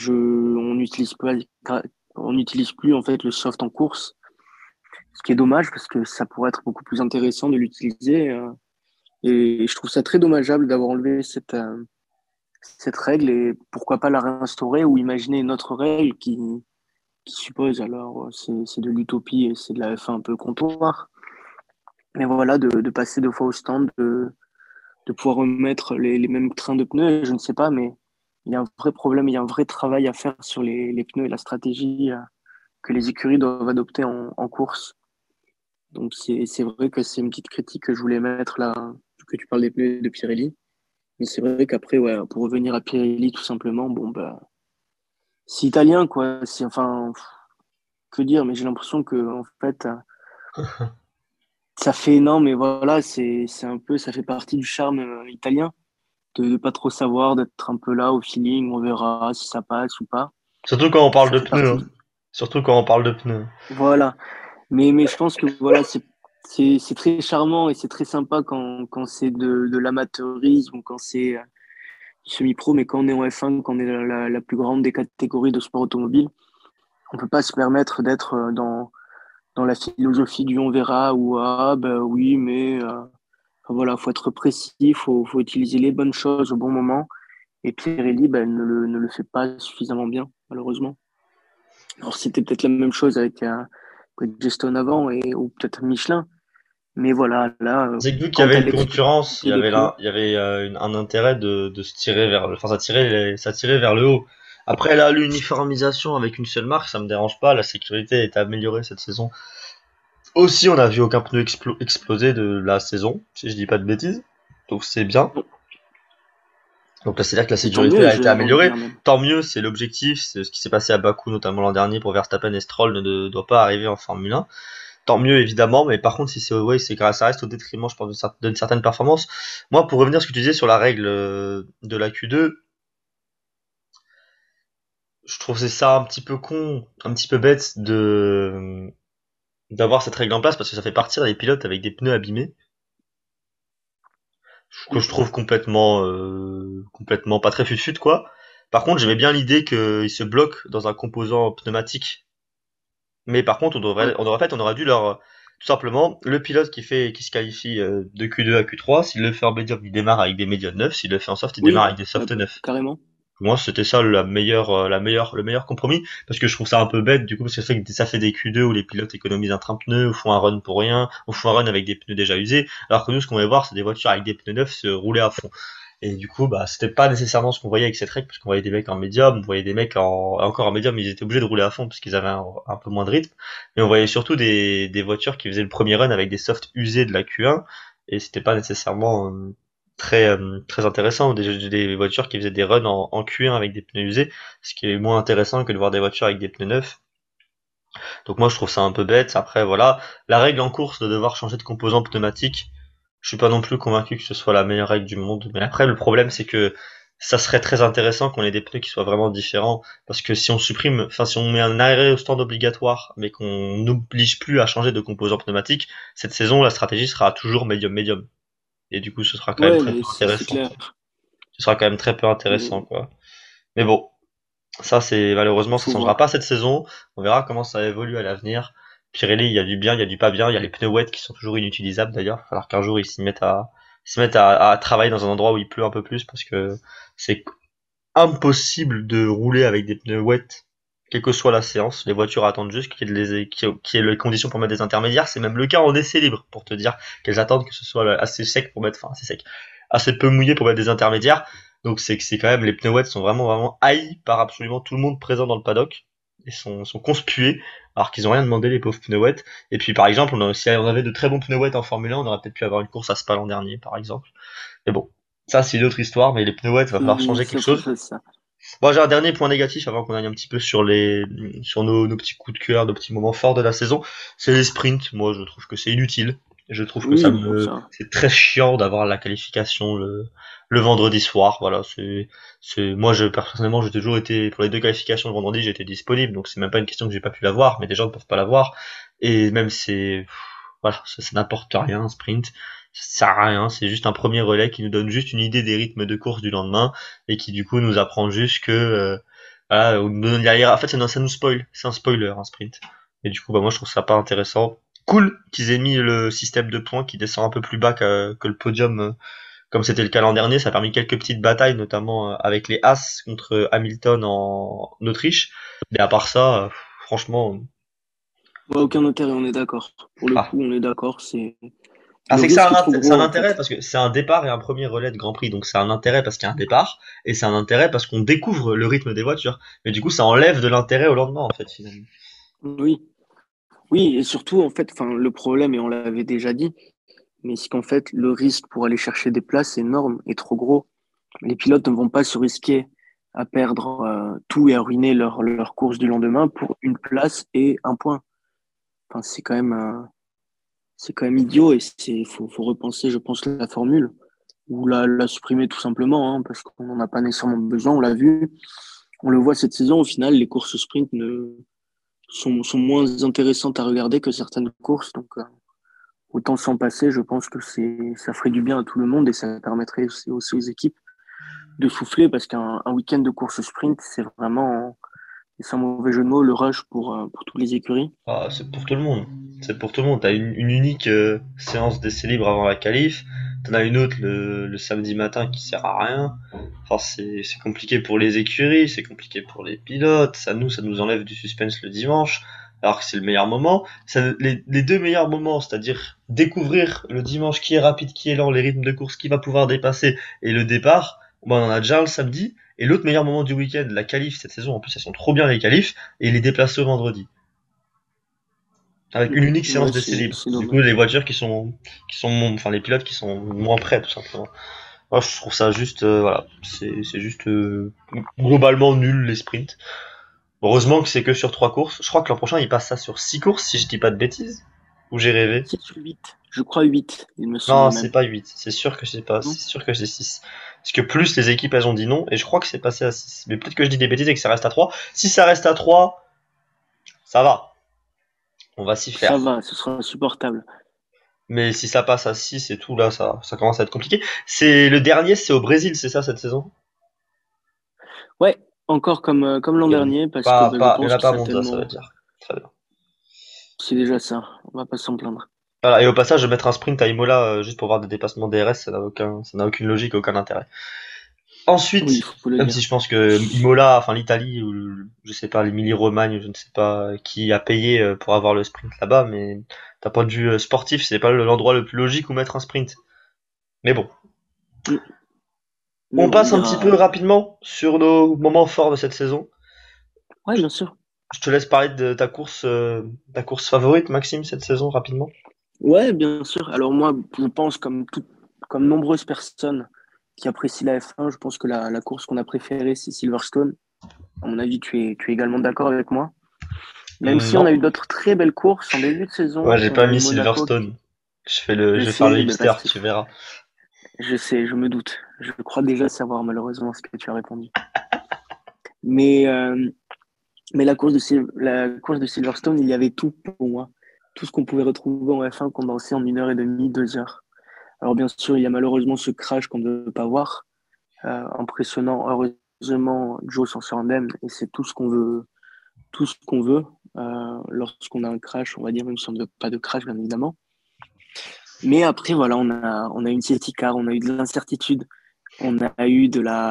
on n'utilise plus en fait le soft en course, ce qui est dommage parce que ça pourrait être beaucoup plus intéressant de l'utiliser. Et je trouve ça très dommageable d'avoir enlevé cette règle et pourquoi pas la réinstaurer ou imaginer une autre règle qui suppose, alors c'est de l'utopie et c'est de la F1 un peu comptoir, mais voilà, de passer 2 fois au stand, de pouvoir remettre les mêmes trains de pneus, je ne sais pas, mais il y a un vrai problème, il y a un vrai travail à faire sur les pneus et la stratégie que les écuries doivent adopter en course. Donc c'est vrai que c'est une petite critique que je voulais mettre là, que tu parles des pneus de Pirelli. Mais c'est vrai qu'après, ouais, pour revenir à Pirelli, tout simplement, bon, bah, c'est italien, quoi. Enfin, que dire, mais j'ai l'impression que, en fait, ça fait énorme, mais voilà, c'est un peu, ça fait partie du charme italien, de pas trop savoir, d'être un peu là au feeling, on verra si ça passe ou pas. Surtout quand on parle Ça de fait pneus, partie hein. Surtout quand on parle de pneus. voilà. Mais je pense que, voilà, c'est très charmant et c'est très sympa quand c'est de l'amateurisme ou quand c'est semi-pro, mais quand on est en F1, quand on est la plus grande des catégories de sport automobile, on peut pas se permettre d'être dans la philosophie du on verra ou ah ben oui mais enfin, voilà, faut être précis, faut utiliser les bonnes choses au bon moment et Pirelli ben, ne le fait pas suffisamment bien malheureusement. Alors c'était peut-être la même chose avec Bridgestone avant ou peut-être Michelin, mais voilà là C'est que vu qu'il y quant avait à une concurrence, l'expérimenté des pneus, il y avait un intérêt de se tirer enfin ça tirait vers le haut. Après là, l'uniformisation avec une seule marque, ça me dérange pas. La sécurité est améliorée cette saison. Aussi, on a vu aucun pneu exploser de la saison, si je dis pas de bêtises. Donc c'est bien. Donc là, c'est-à-dire que la et tant sécurité mieux, a été j'ai envie de améliorée. dire même. Tant mieux, c'est l'objectif. C'est ce qui s'est passé à Bakou, notamment l'an dernier pour Verstappen et Stroll doit pas arriver en Formule 1. Tant mieux évidemment, mais par contre si c'est ouais, c'est ça reste au détriment, je pense, d'une certaine performance. Moi, pour revenir à ce que tu disais sur la règle de la Q2, je trouve c'est ça un petit peu con, un petit peu bête de d'avoir cette règle en place parce que ça fait partir les pilotes avec des pneus abîmés, que je trouve complètement pas très fut quoi. Par contre, j'aimais bien l'idée qu'ils se bloquent dans un composant pneumatique. Mais par contre, Ouais, on aurait dû leur tout simplement le pilote qui se qualifie de Q2 à Q3, s'il le fait en médium, il démarre avec des médiums 9, s'il le fait en soft, il démarre oui, avec des soft 9. carrément. Pour moi, c'était ça le meilleur compromis parce que je trouve ça un peu bête du coup parce que ça fait des Q2 où les pilotes économisent un train pneu ou font un run pour rien, ou font un run avec des pneus déjà usés, alors que nous ce qu'on va voir c'est des voitures avec des pneus neufs se rouler à fond. Et du coup, bah, c'était pas nécessairement ce qu'on voyait avec cette règle, parce qu'on voyait des mecs en médium, on voyait des mecs encore en médium, ils étaient obligés de rouler à fond parce qu'ils avaient un peu moins de rythme. Mais on voyait surtout des voitures qui faisaient le premier run avec des softs usés de la Q1, et c'était pas nécessairement très intéressant. Des voitures qui faisaient des runs en Q1 avec des pneus usés, ce qui est moins intéressant que de voir des voitures avec des pneus neufs. Donc moi je trouve ça un peu bête. Après voilà, la règle en course de devoir changer de composant pneumatique, je suis pas non plus convaincu que ce soit la meilleure règle du monde. Mais après le problème c'est que ça serait très intéressant qu'on ait des pneus qui soient vraiment différents. Parce que si on supprime, enfin si on met un arrêt au stand obligatoire, mais qu'on n'oblige plus à changer de composant pneumatique, cette saison la stratégie sera toujours médium-médium. Et du coup ce sera quand même Ouais, très mais c'est intéressant. clair. Ce sera quand même très peu intéressant, quoi. Mais bon, ça, malheureusement, ça changera pas cette saison. On verra comment ça évolue à l'avenir. Pirelli, il y a du bien, il y a du pas bien. Il y a les pneus wet qui sont toujours inutilisables d'ailleurs. Il va falloir qu'un jour ils se mettent à travailler dans un endroit où il pleut un peu plus parce que c'est impossible de rouler avec des pneus wet, quelle que soit la séance. Les voitures attendent juste qu'il y ait les conditions pour mettre des intermédiaires. C'est même le cas en essai libre, pour te dire qu'elles attendent que ce soit assez sec pour mettre, enfin assez sec, assez peu mouillé pour mettre des intermédiaires. Donc c'est que c'est quand même, les pneus wet sont vraiment vraiment haïs par absolument tout le monde présent dans le paddock. Ils sont conspués, alors qu'ils ont rien demandé, les pauvres pneus wet. Et puis par exemple, si on avait de très bons pneus wet en Formule 1, on aurait peut-être pu avoir une course à Spa l'an dernier, par exemple. Mais bon, ça c'est une autre histoire, mais les pneus wet, va falloir changer quelque chose. Bon, j'ai un dernier point négatif avant qu'on aille un petit peu sur nos petits coups de cœur, nos petits moments forts de la saison. C'est les sprints. Moi, je trouve que c'est inutile. Je trouve que c'est très chiant d'avoir la qualification le vendredi soir. Voilà, moi, personnellement, j'ai toujours été, pour les 2 qualifications le vendredi, j'étais disponible. Donc, c'est même pas une question que j'ai pas pu l'avoir, mais des gens ne peuvent pas l'avoir. Et même voilà, ça n'apporte rien, un sprint. Ça sert à rien, c'est juste un premier relais qui nous donne juste une idée des rythmes de course du lendemain et qui du coup nous apprend juste que voilà, en fait ça nous spoil, c'est un spoiler un sprint. Et du coup moi je trouve ça pas intéressant. Cool qu'ils aient mis le système de points qui descend un peu plus bas que le podium comme c'était le cas l'an dernier, ça a permis quelques petites batailles notamment avec les As contre Hamilton en Autriche. Mais à part ça, franchement, aucun intérêt, on est d'accord. Pour le coup, on est d'accord, c'est c'est que c'est un intérêt parce que c'est un départ et un premier relais de Grand Prix, donc c'est un intérêt parce qu'il y a un départ et c'est un intérêt parce qu'on découvre le rythme des voitures. Mais du coup, ça enlève de l'intérêt au lendemain en fait finalement. Oui, et surtout en fait, enfin le problème et on l'avait déjà dit, mais c'est qu'en fait le risque pour aller chercher des places est énorme et trop gros. Les pilotes ne vont pas se risquer à perdre tout et à ruiner leur course du lendemain pour une place et un point. Enfin, c'est quand même idiot et faut repenser, je pense, la formule ou la supprimer tout simplement, hein, parce qu'on n'en a pas nécessairement besoin. On l'a vu, on le voit cette saison. Au final, les courses sprint sont moins intéressantes à regarder que certaines courses. Donc, autant s'en passer. Je pense que ça ferait du bien à tout le monde et ça permettrait aussi aux équipes de souffler parce qu'un week-end de course sprint, c'est vraiment, sans mauvais jeu de mots, le rush pour toutes les écuries. Ah, c'est pour tout le monde. C'est pour tout le monde. T'as une unique séance d'essai libre avant la qualif. T'en as une autre le samedi matin qui sert à rien. Enfin, c'est compliqué pour les écuries, c'est compliqué pour les pilotes. Ça nous enlève du suspense le dimanche, alors que c'est le meilleur moment. Les 2 meilleurs moments, c'est-à-dire découvrir le dimanche qui est rapide, qui est lent, les rythmes de course, qui va pouvoir dépasser, et le départ, on en a déjà un le samedi. Et l'autre meilleur moment du week-end, la qualif cette saison, en plus elles sont trop bien les qualifs, et il est déplacé au vendredi. Avec une unique séance d'essai libre. Du coup, les voitures enfin les pilotes qui sont moins prêts tout simplement. Moi, je trouve ça juste, voilà, c'est juste globalement nul les sprints. Heureusement que c'est que sur 3 courses. Je crois que l'an prochain, ils passent ça sur 6 courses, si je dis pas de bêtises. Ou j'ai rêvé. C'est sur 8. Je crois 8, il me semble. Non, c'est pas 8. C'est sûr que c'est pas. C'est sûr que c'est 6. Parce que plus les équipes, elles ont dit non, et je crois que c'est passé à 6. Mais peut-être que je dis des bêtises et que ça reste à 3. Si ça reste à 3, ça va. On va s'y faire. Ça va, ce sera supportable. Mais si ça passe à 6 et tout, là, ça commence à être compliqué. Le dernier, c'est au Brésil, c'est ça, cette saison? Ouais, encore comme l'an dernier, parce que je pense il n'y en a que pas Monza, ça veut dire. Très bien. c'est déjà ça, on va pas s'en plaindre. Voilà, et au passage, de mettre un sprint à Imola juste pour voir des dépassements DRS, ça n'a aucune logique, aucun intérêt. Ensuite, même si je pense que Imola, enfin l'Italie, ou je sais pas, l'Émilie-Romagne, je ne sais pas qui a payé pour avoir le sprint là-bas, mais d'un point de vue sportif, c'est pas l'endroit le plus logique où mettre un sprint. Mais bon. On passe un petit peu rapidement sur nos moments forts de cette saison. Ouais, bien sûr. Je te laisse parler de ta course favorite, Maxime, cette saison, rapidement. Ouais, bien sûr. Alors moi, je pense comme nombreuses personnes qui apprécient la F1, je pense que la course qu'on a préférée, c'est Silverstone. À mon avis, tu es également d'accord avec moi. Même si on a eu d'autres très belles courses en début de saison. Ouais, j'ai pas mis Silverstone. Je vais faire le hipster, tu verras. Je sais, je me doute. Je crois déjà savoir malheureusement ce que tu as répondu. Mais la course de Silverstone, il y avait tout pour moi. Tout ce qu'on pouvait retrouver en F1 condensé en 1h30, 2 heures. Alors bien sûr, il y a malheureusement ce crash qu'on ne veut pas voir, impressionnant. Heureusement, Joe s'en sort indemne et c'est tout ce qu'on veut lorsqu'on a un crash, on va dire, même si on ne veut pas de crash, bien évidemment. Mais après, voilà, on a une safety car, on a eu de l'incertitude, on a eu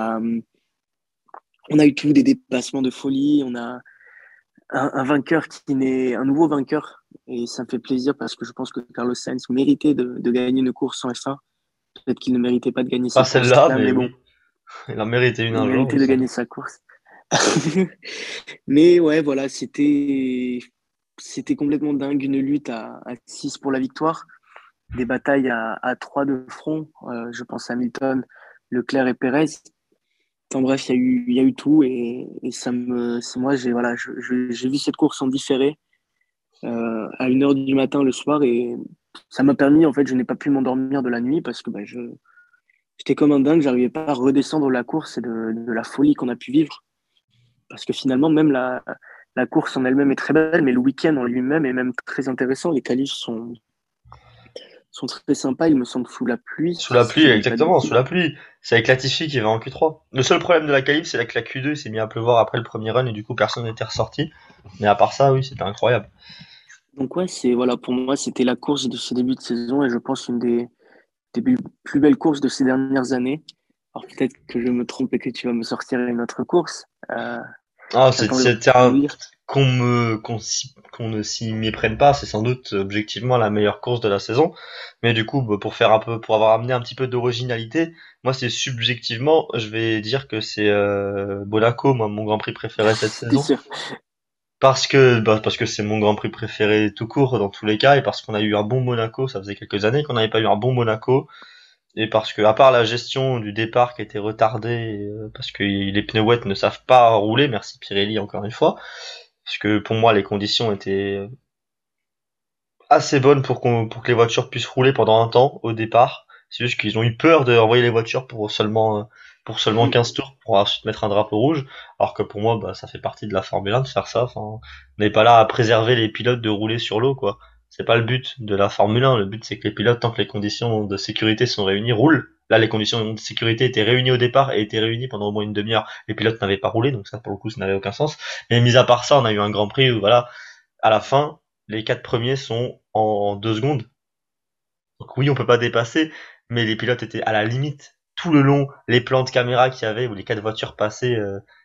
on a eu tout des dépassements de folie, on a un vainqueur qui n'est un nouveau vainqueur et ça me fait plaisir parce que je pense que Carlos Sainz méritait de gagner une course en F1. Peut-être qu'il ne méritait pas de gagner Pas cette celle-là, course-là, mais mais bon, oui. Il en méritait une il un jour, méritait oui, de sans gagner doute. sa course. Mais ouais, voilà, c'était complètement dingue, une lutte à 6 pour la victoire, des batailles à 3 de front. Je pense à Hamilton, Leclerc et Perez. En bref, il y a eu tout et c'est moi, j'ai vu cette course en différé à 1 heure du matin le soir et ça m'a permis, en fait, je n'ai pas pu m'endormir de la nuit parce que j'étais comme un dingue, j'arrivais pas à redescendre la course et de la folie qu'on a pu vivre. Parce que finalement, même la course en elle-même est très belle, mais le week-end en lui-même est même très intéressant. Les qualifs sont très sympas, il me semble, sous la pluie, Sous la si pluie, je ne dis pas de exactement, sous bêtises. la pluie. C'est avec Latifi qui va en Q3. Le seul problème de la qualif, c'est que la Q2 s'est mis à pleuvoir après le premier run et du coup personne n'était ressorti. Mais à part ça, oui, c'était incroyable. Donc ouais, voilà, pour moi, c'était la course de ce début de saison et je pense une des plus belles courses de ces dernières années. Alors peut-être que je me trompe et que tu vas me sortir une autre course. Ah, J'attends le c'était de un, lire. qu'on ne s'y méprenne pas, c'est sans doute objectivement la meilleure course de la saison. Mais du coup, bah, pour avoir amené un petit peu d'originalité, moi c'est subjectivement, je vais dire que c'est Monaco, moi, mon Grand Prix préféré cette T'es saison. sûr? Parce que c'est mon Grand Prix préféré tout court dans tous les cas, et parce qu'on a eu un bon Monaco, ça faisait quelques années qu'on n'avait pas eu un bon Monaco, et parce que à part la gestion du départ qui était retardée, parce que les pneus wet ne savent pas rouler, merci Pirelli encore une fois, parce que pour moi les conditions étaient assez bonnes pour que les voitures puissent rouler pendant un temps au départ. C'est juste qu'ils ont eu peur de envoyer les voitures pour seulement 15 tours pour ensuite mettre un drapeau rouge. Alors que pour moi, bah, ça fait partie de la Formule 1 de faire ça. Enfin, on n'est pas là à préserver les pilotes de rouler sur l'eau, quoi. C'est pas le but de la Formule 1. Le but, c'est que les pilotes, tant que les conditions de sécurité sont réunies, roulent. Là, les conditions de sécurité étaient réunies au départ et étaient réunies pendant au moins une demi-heure. Les pilotes n'avaient pas roulé, donc ça, pour le coup, ça n'avait aucun sens. Mais mis à part ça, on a eu un Grand Prix où, voilà, à la fin, les 4 premiers sont en 2 secondes. Donc oui, on peut pas dépasser, mais les pilotes étaient à la limite tout le long. Les plans de caméra qu'il y avait où les 4 voitures passaient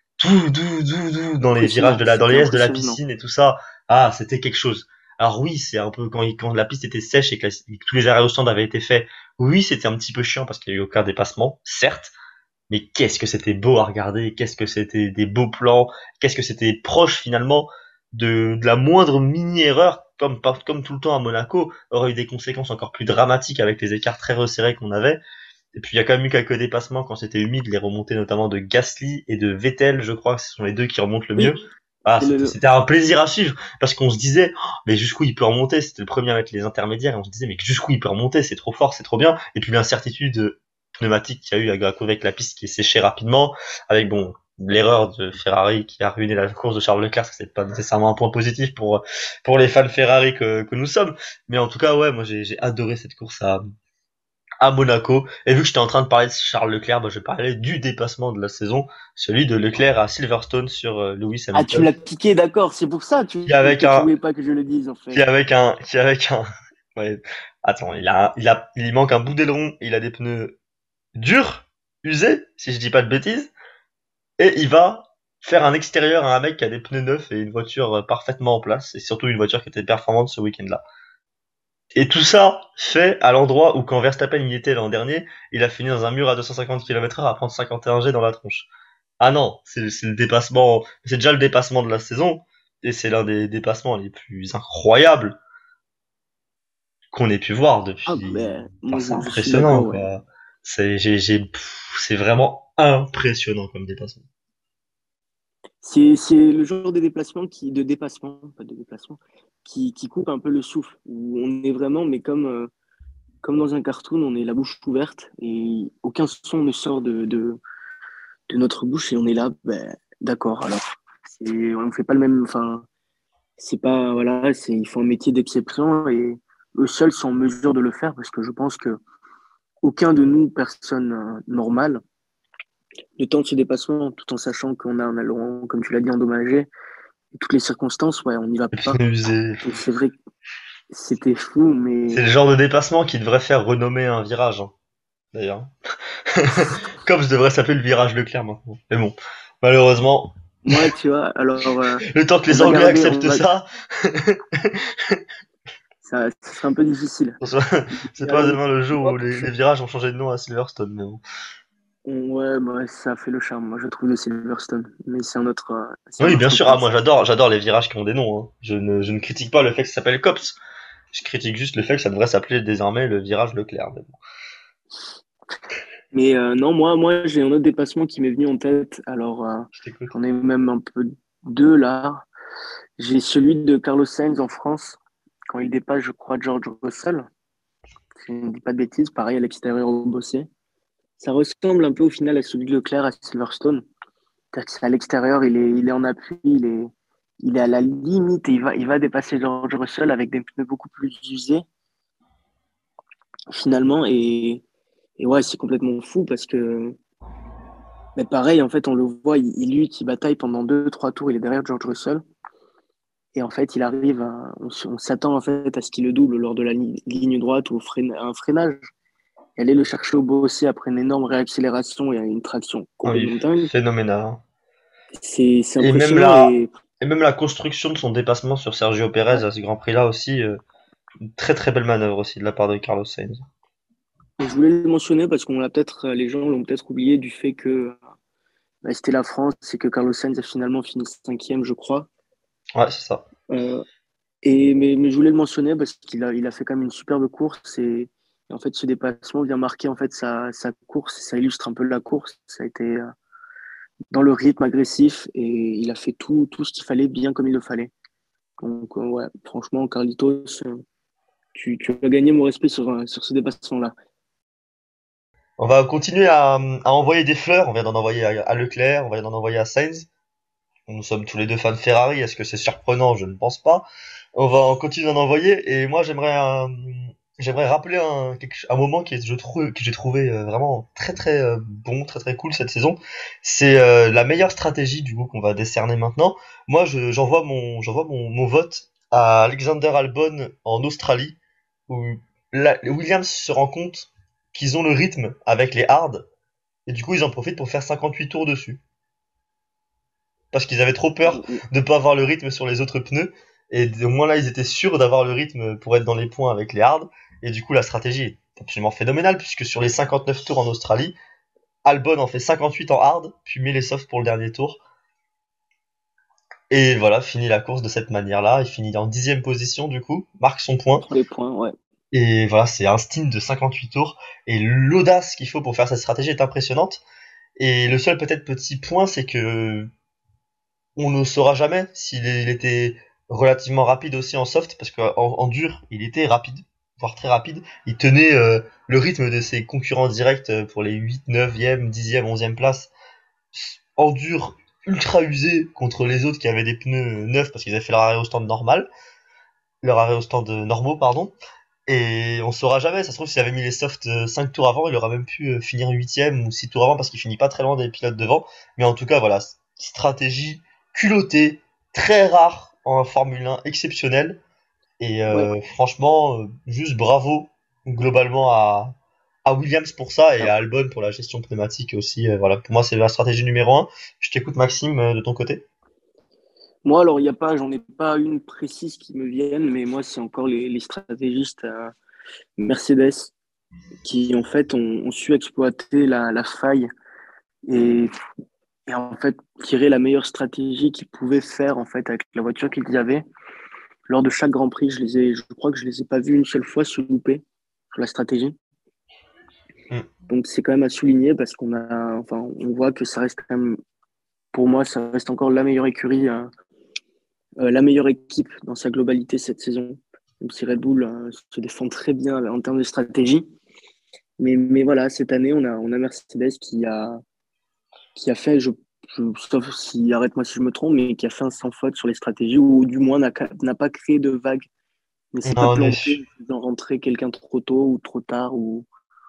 dans les virages Impressionnant, dans c'était les S de la impressionnant. piscine et tout ça. Ah, c'était quelque chose. Alors oui, c'est un peu quand la piste était sèche et que tous les arrêts au stand avaient été faits. Oui, c'était un petit peu chiant parce qu'il y a eu aucun dépassement, certes. Mais qu'est-ce que c'était beau à regarder, qu'est-ce que c'était des beaux plans, qu'est-ce que c'était proche finalement de la moindre mini-erreur, comme tout le temps à Monaco, aurait eu des conséquences encore plus dramatiques avec les écarts très resserrés qu'on avait. Et puis il y a quand même eu quelques dépassements quand c'était humide, les remontées notamment de Gasly et de Vettel, je crois que ce sont les deux qui remontent le mieux. Oui, Ah, c'est le, c'était un plaisir à suivre parce qu'on se disait oh, mais jusqu'où il peut remonter, c'était le premier à mettre les intermédiaires et on se disait mais jusqu'où il peut remonter, c'est trop fort, c'est trop bien. Et puis l'incertitude pneumatique qu'il y a eu avec la piste qui est séchée rapidement, avec bon l'erreur de Ferrari qui a ruiné la course de Charles Leclerc, ça c'est pas nécessairement un point positif pour les fans Ferrari que nous sommes. Mais en tout cas ouais, moi j'ai adoré cette course à Monaco. Et vu que j'étais en train de parler de Charles Leclerc, bah, je parlais du dépassement de la saison, celui de Leclerc à Silverstone sur Lewis Ah, tu me Hamilton, l'as piqué, d'accord, c'est pour ça qui avec que tu un, voulais pas que je le dise, en fait. qui avec un, ouais, attends, il lui manque un bout d'aileron, il a des pneus durs, usés, si je dis pas de bêtises, et il va faire un extérieur à un mec qui a des pneus neufs et une voiture parfaitement en place, et surtout une voiture qui était performante ce week-end-là. Et tout ça fait à l'endroit où quand Verstappen y était l'an dernier, il a fini dans un mur à 250 km/h à prendre 51 G dans la tronche. Ah non, c'est le dépassement, c'est déjà le dépassement de la saison, et c'est l'un des dépassements les plus incroyables qu'on ait pu voir Ah, depuis. ben, Enfin, moi, c'est je suis impressionnant, d'accord, ouais. quoi. C'est vraiment impressionnant comme dépassement. C'est le genre de dépassement, pas de déplacement, qui coupe un peu le souffle, où on est vraiment, mais comme dans un cartoon, on est la bouche ouverte et aucun son ne sort de notre bouche et on est là, ben, d'accord, alors. On ne fait pas le même, enfin, c'est pas, voilà, il faut un métier d'exception et eux seuls sont en mesure de le faire parce que je pense que aucun de nous, personne normale, le temps de ce dépassement, tout en sachant qu'on a un aileron, comme tu l'as dit, endommagé. Et toutes les circonstances, ouais, on n'y va Les pas. pneus usés. Donc c'est vrai que c'était fou, C'est mais le genre de dépassement qui devrait faire renommer un virage, hein, d'ailleurs. Comme ça devrait s'appeler le virage Leclerc maintenant. Mais bon, malheureusement, moi, tu vois, alors le temps que on les va Anglais garder, on acceptent va, ça, ça sera un peu difficile. c'est pas Alors, demain le jour moi, où les virages ont changé de nom à Silverstone. Mais bon. ouais, bah, ça fait le charme, moi, je trouve, de Silverstone. Mais c'est un Oui, bien autre sûr. Ah, moi podcast. j'adore les virages qui ont des noms, hein. Je ne critique pas le fait que ça s'appelle Cops. Je critique juste le fait que ça devrait s'appeler désormais le virage Leclerc. Mais bon, Mais non, moi, j'ai un autre dépassement qui m'est venu en tête. Alors, je t'écoute. j'en ai même un peu deux là. J'ai celui de Carlos Sainz en France, quand il dépasse, je crois, George Russell. Si je ne dis pas de bêtises, pareil à l'extérieur au bossé. Ça ressemble un peu au final à celui de Leclerc à Silverstone. C'est-à-dire que c'est à l'extérieur, il est en appui, il est à la limite et il va dépasser George Russell avec des pneus beaucoup plus usés finalement. Et ouais, c'est complètement fou parce que, mais pareil, en fait, on le voit, il lutte, il bataille pendant deux, trois tours, il est derrière George Russell. Et en fait, on s'attend en fait à ce qu'il le double lors de la ligne droite ou à un freinage. Et aller le chercher au bossé après une énorme réaccélération et une traction Ah oui, complètement dingue. phénoménal, hein. C'est Et même impressionnant la, et et même la construction de son dépassement sur Sergio Pérez ouais. à ce Grand Prix-là aussi, une très très belle manœuvre aussi de la part de Carlos Sainz. Et je voulais le mentionner parce les gens l'ont peut-être oublié du fait que bah, c'était la France et que Carlos Sainz a finalement fini cinquième, je crois. Ouais, c'est ça. Euh, mais je voulais le mentionner parce qu'il a fait quand même une superbe course et en fait ce dépassement vient marquer en fait sa course, ça illustre un peu la course. Ça a été dans le rythme agressif et il a fait tout ce qu'il fallait bien comme il le fallait. Donc ouais, franchement Carlitos, tu as gagné mon respect sur ce dépassement-là. On va continuer à envoyer des fleurs. On vient d'en envoyer à Leclerc, on vient d'en envoyer à Sainz. Nous sommes tous les deux fans de Ferrari. Est-ce que c'est surprenant? Je ne pense pas. On va continuer d'en envoyer. Et moi, j'aimerais rappeler un moment que j'ai trouvé vraiment très très bon, très très cool cette saison. C'est la meilleure stratégie du coup qu'on va décerner maintenant. Moi, j'envoie mon vote à Alexander Albon en Australie, où Williams se rend compte qu'ils ont le rythme avec les hards, et du coup ils en profitent pour faire 58 tours dessus. Parce qu'ils avaient trop peur de pas avoir le rythme sur les autres pneus, et au moins là ils étaient sûrs d'avoir le rythme pour être dans les points avec les hards, et du coup la stratégie est absolument phénoménale, puisque sur les 59 tours en Australie, Albon en fait 58 en hard, puis met les softs pour le dernier tour, et voilà, finit la course de cette manière-là, il finit en 10ème position du coup, marque son point, Pour les points, ouais. et voilà, c'est un stint de 58 tours, et l'audace qu'il faut pour faire cette stratégie est impressionnante. Et le seul peut-être petit point, c'est que on ne saura jamais s'il était relativement rapide aussi en soft, parce qu'en dur, il était rapide, voire très rapide. Il tenait le rythme de ses concurrents directs pour les 8, 9e, 10e, 11e places. En dur, ultra usé contre les autres qui avaient des pneus neufs parce qu'ils avaient fait leur arrêt au stand normal, leur arrêt au stand normaux, pardon. Et on saura jamais, ça se trouve s'il avait mis les softs 5 tours avant, il aurait même pu finir 8ème ou 6 tours avant parce qu'il finit pas très loin des pilotes devant. Mais en tout cas, voilà, stratégie culottée, très rare en Formule 1, exceptionnelle. Et Ouais. franchement, juste bravo globalement à Williams pour ça et Ah. à Albon pour la gestion pneumatique aussi. Voilà, pour moi c'est la stratégie numéro un. Je t'écoute Maxime de ton côté. Moi, alors, j'en ai pas une précise qui me vienne, mais moi, c'est encore les stratégistes Mercedes qui, en fait, ont su exploiter la faille et, et, en fait, tirer la meilleure stratégie qu'ils pouvaient faire, en fait, avec la voiture qu'ils avaient. Lors de chaque Grand Prix, je crois que je les ai pas vus une seule fois se louper sur la stratégie. Mm. Donc, c'est quand même à souligner parce on voit que ça reste quand même, pour moi, ça reste encore la meilleure écurie, la meilleure équipe dans sa globalité cette saison. Même si Red Bull se défend très bien en termes de stratégie. Mais voilà, cette année, on a Mercedes qui a fait, sauf si, arrête-moi si je me trompe, mais qui a fait un sans faute sur les stratégies, ou du moins n'a pas créé de vague, ne s'est pas Non, planté en faisant rentrer quelqu'un trop tôt ou trop tard.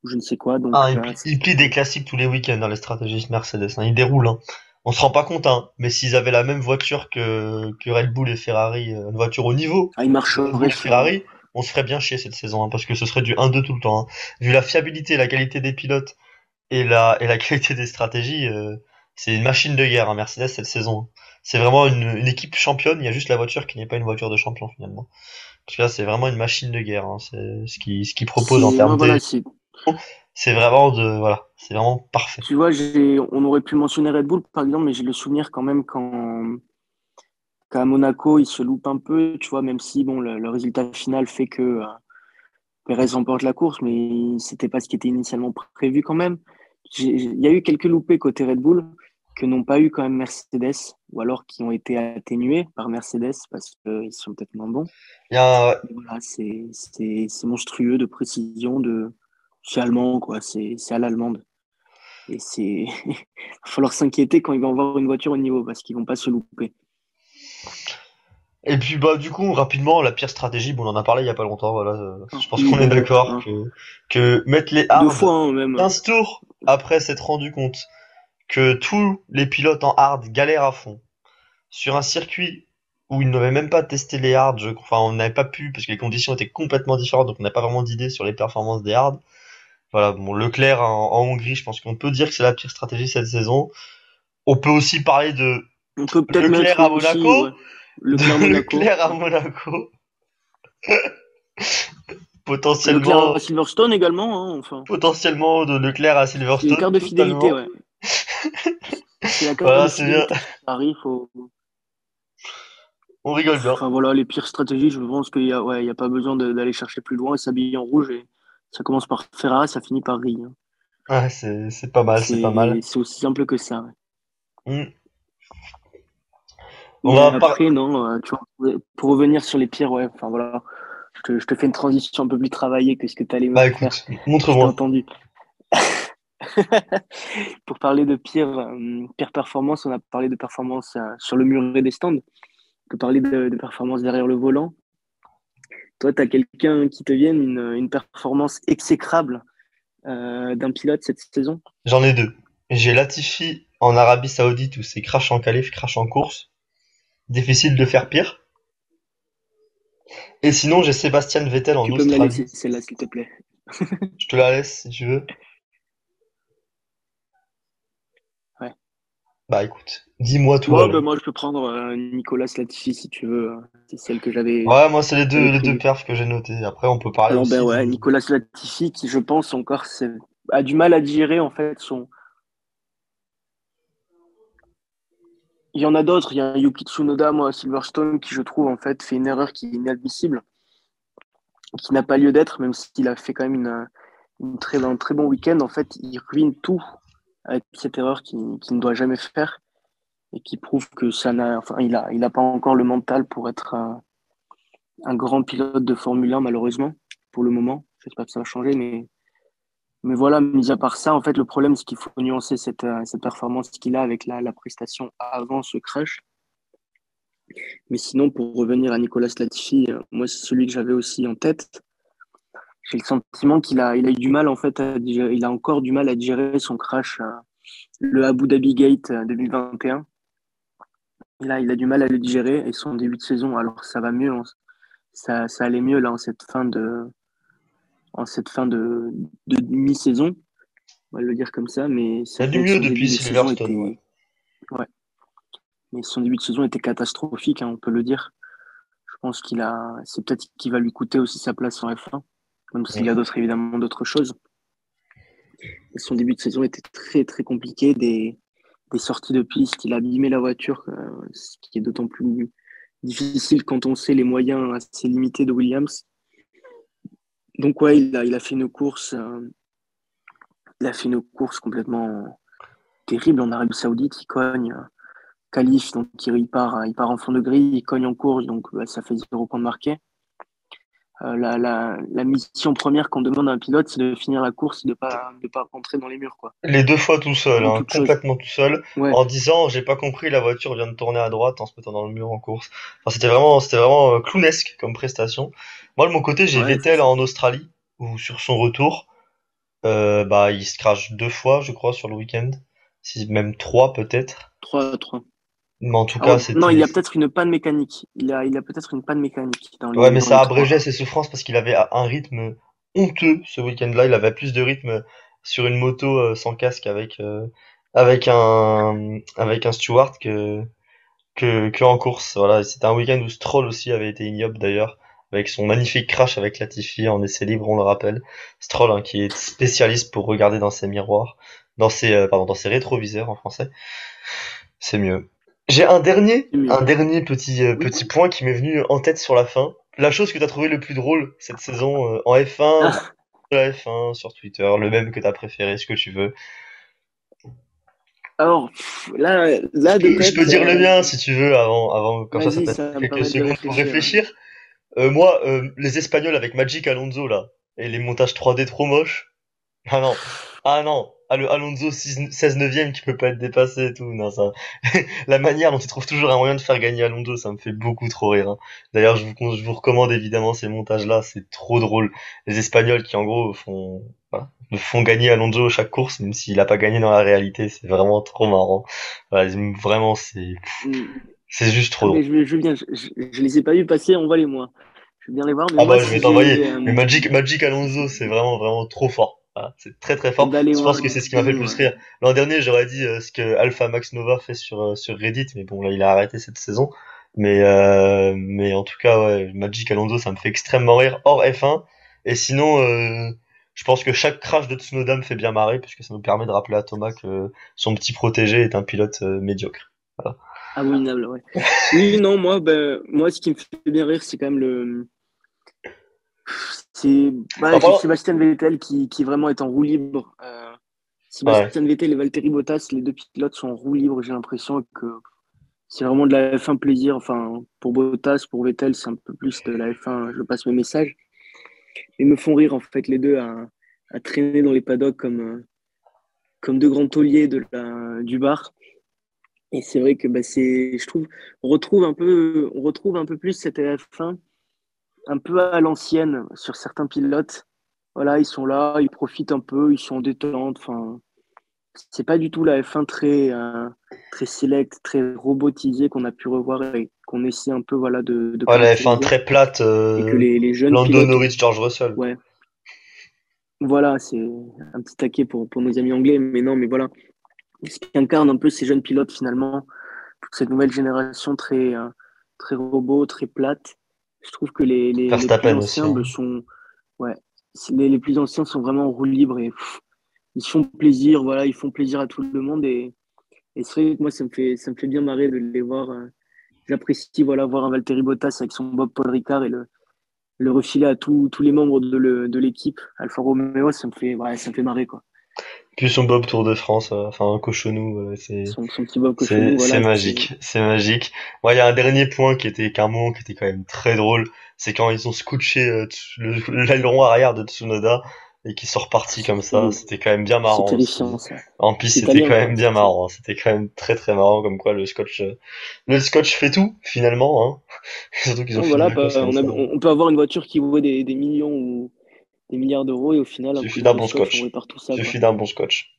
ou je ne sais quoi. Donc, Ah, il plie des classiques tous les week-ends dans les stratégistes Mercedes, hein. Ils déroulent, hein. On se rend pas compte, hein. Mais s'ils avaient la même voiture que Red Bull et Ferrari, une voiture au niveau il de Red Bull marcherait et sur. Ferrari, on se ferait bien chier cette saison, hein, parce que ce serait du 1-2 tout le temps, hein. Vu la fiabilité, la qualité des pilotes et la qualité des stratégies, c'est une machine de guerre, hein, Mercedes cette saison. C'est vraiment une équipe championne. Il y a juste la voiture qui n'est pas une voiture de champion finalement. Parce que là, c'est vraiment une machine de guerre, hein. C'est ce qu'ils proposent en Ouais, termes voilà, des, c'est vraiment voilà, c'est vraiment parfait. tu vois, on aurait pu mentionner Red Bull, par exemple, mais j'ai le souvenir quand même qu'à Monaco, ils se loupent un peu, tu vois, même si, bon, le résultat final fait que Perez remporte la course, mais c'était pas ce qui était initialement prévu quand même. Il y a eu quelques loupés côté Red Bull que n'ont pas eu quand même Mercedes, ou alors qui ont été atténués par Mercedes parce qu'ils sont peut-être moins bons. Il y a Mais voilà, c'est monstrueux de précision, c'est allemand, quoi, c'est à l'allemande. Et il va falloir s'inquiéter quand ils vont avoir une voiture au niveau parce qu'ils vont pas se louper. Et puis bah du coup rapidement la pire stratégie, bon on en a parlé il y a pas longtemps, voilà, je pense Oui, qu'on est bon, d'accord hein. que mettre les Deux hards fois hein, même. 15 tours après s'être rendu compte que tous les pilotes en hard galèrent à fond sur un circuit où ils n'avaient même pas testé les hards, enfin on n'avait pas pu parce que les conditions étaient complètement différentes donc on n'a pas vraiment d'idée sur les performances des hards. Voilà, bon Leclerc en Hongrie, je pense qu'on peut dire que c'est la pire stratégie cette saison. On peut aussi parler de On peut peut-être Leclerc mettre à aussi ouais, Monaco, de Leclerc-Monaco. Leclerc à Ouais. Monaco, Leclerc à potentiellement Silverstone également, hein, enfin. potentiellement de Leclerc à C'est une Silverstone, carte de fidélité, totalement. ouais. C'est la carte de Voilà, c'est bien, fidélité qui arrive. on rigole bien. Enfin voilà, les pires stratégies, je pense qu'il y a pas besoin d'aller chercher plus loin et s'habiller en rouge. Et ça commence par Ferrari, ça finit par Rie, hein. Ouais, c'est pas mal, c'est pas mal. C'est aussi simple que ça, ouais. Hmm. On Mais va par... après, non, tu vois, pour revenir sur les pires, ouais, enfin voilà, je te fais une transition un peu plus travaillée que ce que tu allais me Bah faire. écoute, Je t'ai montre-moi. entendu. Pour parler de pire performance, on a parlé de performance sur le muret des stands. On peut parler de performance derrière le volant. Toi, tu as quelqu'un qui te vienne une performance exécrable d'un pilote cette saison? J'en ai deux. J'ai Latifi en Arabie Saoudite où c'est crash en qualif, crash en course. Difficile de faire pire. Et sinon, j'ai Sébastien Vettel en Tu peux me la Australie. laisser, celle-là, s'il te plaît. Je te la laisse si tu veux. Ouais. Bah écoute, dis-moi tout Moi, ben, alors. moi, je peux prendre Nicolas Latifi si tu veux. C'est celle que Ouais, moi c'est j'avais les deux prévue. perfs que j'ai notés. Après, on peut parler Alors, ben aussi ouais, de... Nicolas Latifi, qui, je pense, encore, a du mal à digérer, en fait, Il y en a d'autres. Il y a Yuki Tsunoda, moi, à Silverstone, qui, je trouve, en fait, fait une erreur qui est inadmissible, qui n'a pas lieu d'être, même s'il a fait quand même un très bon week-end. En fait, il ruine tout avec cette erreur qu'il ne doit jamais faire et qui prouve que enfin, il a pas encore le mental pour être un grand pilote de Formule 1, malheureusement, pour le moment. J'espère que ça va changer, mais voilà, mis à part ça, en fait, le problème, c'est qu'il faut nuancer cette performance qu'il a avec la prestation avant ce crash. Mais sinon, pour revenir à Nicolas Latifi, moi, c'est celui que j'avais aussi en tête. J'ai le sentiment il a eu du mal, en fait, il a encore du mal à digérer son crash, le Abu Dhabi Gate 2021. Il a du mal à le digérer et son début de saison, alors ça va mieux, ça allait mieux là en cette fin de mi-saison, on va le dire comme ça, mais Il y c'est a du vrai que mieux son depuis début de saison Silverstone, ouais. était, ouais, mais son début de saison était catastrophique, hein, on peut le dire. Je pense c'est peut-être qu'il va lui coûter aussi sa place en F1, même s'il y a Mm. évidemment d'autres choses. Et son début de saison était très très compliqué, des sorties de piste, il a abîmé la voiture, ce qui est d'autant plus difficile quand on sait les moyens assez limités de Williams. Donc ouais, il a fait une course complètement terrible en Arabie Saoudite. Il cogne qualif, donc il part en fond de grille, il cogne en course, donc ça fait 0 point de marqué. La mission première qu'on demande à un pilote, c'est de finir la course et de pas rentrer dans les murs, quoi. Les deux fois tout seul, Avant hein, toute chose. complètement tout seul, Ouais, en disant j'ai pas compris, la voiture vient de tourner à droite en se mettant dans le mur en course. Enfin, c'était vraiment clownesque comme prestation. Moi de mon côté, j'ai ouais, c'est Vettel ça. en Australie ou sur son retour. Bah, il se crache 2 fois, je crois, sur le week-end. Si, même 3 peut-être. 3-3. Mais en tout cas, Alors, non, il y c'était. a peut-être une panne mécanique. Il a peut-être une panne mécanique Ouais, mais dans ça les abrégeait trois. ses souffrances parce qu'il avait un rythme honteux ce week-end-là. Il avait plus de rythme sur une moto sans casque avec un steward que en course. Voilà, c'était un week-end où Stroll aussi avait été ignoble d'ailleurs, avec son magnifique crash avec Latifi en essai libre, on le rappelle. Stroll, hein, qui est spécialiste pour regarder dans ses miroirs, dans ses rétroviseurs en français. C'est mieux. J'ai C'est mieux. un dernier Oui. petit point qui m'est venu en tête sur la fin. La chose que t'as trouvé le plus drôle cette saison en F1, ou Ah, de la F1 sur Twitter, le même que t'as préféré, ce que tu veux. alors, là, de Je peux tête, dire le mien si tu veux comme ça vas-y, te laisse ça va me quelques permettre de secondes pour réfléchir. réfléchir. Moi, les Espagnols avec Magic Alonso là, et les montages 3D trop moches. Ah non, ah non, ah, le Alonso 16 neuvième qui peut pas être dépassé et tout, non ça. La manière dont il trouve toujours un moyen de faire gagner Alonso, ça me fait beaucoup trop rire, hein. D'ailleurs, je vous recommande évidemment ces montages-là, c'est trop drôle. Les Espagnols qui en gros voilà, font gagner Alonso chaque course, même s'il a pas gagné dans la réalité, c'est vraiment trop marrant. Voilà, vraiment, Hmm. c'est juste trop Ah, mais drôle. je veux bien, je les ai pas vus passer, envoie-les moi. Je veux bien les voir, mais Ah moi, bah je vais si t'envoyer. j'ai. Mais Magic Alonso, c'est vraiment vraiment trop fort. Voilà, c'est très très Eh fort. ben, les Je voir, pense que c'est ce qui m'a fait le plus dis-moi. rire. L'an dernier, j'aurais dit ce que Alpha Max Nova fait sur Reddit, mais bon là il a arrêté cette saison. Mais en tout cas ouais, Magic Alonso, ça me fait extrêmement rire hors F1. Et sinon, je pense que chaque crash de Tsunoda me fait bien marrer, puisque ça nous permet de rappeler à Thomas que son petit protégé est un pilote médiocre. Voilà. Abominable, ouais. Oui, non, moi, ce qui me fait bien rire, c'est quand même En j'ai parlant, Sébastien Vettel qui vraiment est en roue libre. ouais. Sébastien Vettel et Valtteri Bottas, les deux pilotes sont en roue libre. J'ai l'impression que c'est vraiment de la F1 plaisir. Enfin, pour Bottas, pour Vettel, c'est un peu plus de la F1. Je passe mes messages. Ils me font rire, en fait, les deux à traîner dans les paddocks comme deux grands tauliers du bar. Et c'est vrai que je trouve, on retrouve un peu plus cette F1 un peu à l'ancienne sur certains pilotes. Voilà, ils sont là, ils profitent un peu, ils sont en détente. Enfin, c'est pas du tout la F1 très select, très robotisée qu'on a pu revoir et qu'on essaie un peu voilà de Ouais, la F1 caractériser. très plate, Et que les jeunes Lando pilotes, Norris, George Russell, quoi. ouais, voilà, c'est un petit taquet pour nos amis anglais, mais non, mais voilà, ce qui incarne un peu ces jeunes pilotes finalement, toute cette nouvelle génération très robot, très plate. Je trouve que les plus Verstappen aussi, anciens hein. sont, ouais, les plus anciens sont vraiment en roue libre et ils se font plaisir, voilà, ils font plaisir à tout le monde et c'est vrai que moi ça me fait bien marrer de les voir. J'apprécie voilà voir un Valtteri Bottas avec son Bob Paul Ricard et le refiler à tous les membres de l'équipe Alfa Romeo, ça me fait marrer quoi. Puis son Bob Tour de France, enfin un cochonou, Son petit Bob Cochonou, c'est voilà, magique, c'est magique. Moi, il y a un dernier point qu'un moment qui était quand même très drôle, c'est quand ils ont scotché l'aileron arrière de Tsunoda et qu'ils sont repartis comme ça. c'est C'était quand même bien c'est marrant terrifiant aussi. ça. En plus, C'est c'était italien quand quoi. même bien marrant. C'était quand même très très marrant comme quoi le scotch fait tout finalement, hein. Surtout qu'ils ont Non, fini voilà, la course comme ça. on peut avoir une voiture qui vaut des millions ou des milliards d'euros et au final, un coup Suffit d'un de bon scotch, on scotch. répare tout ça, quoi. Suffit d'un bon scotch.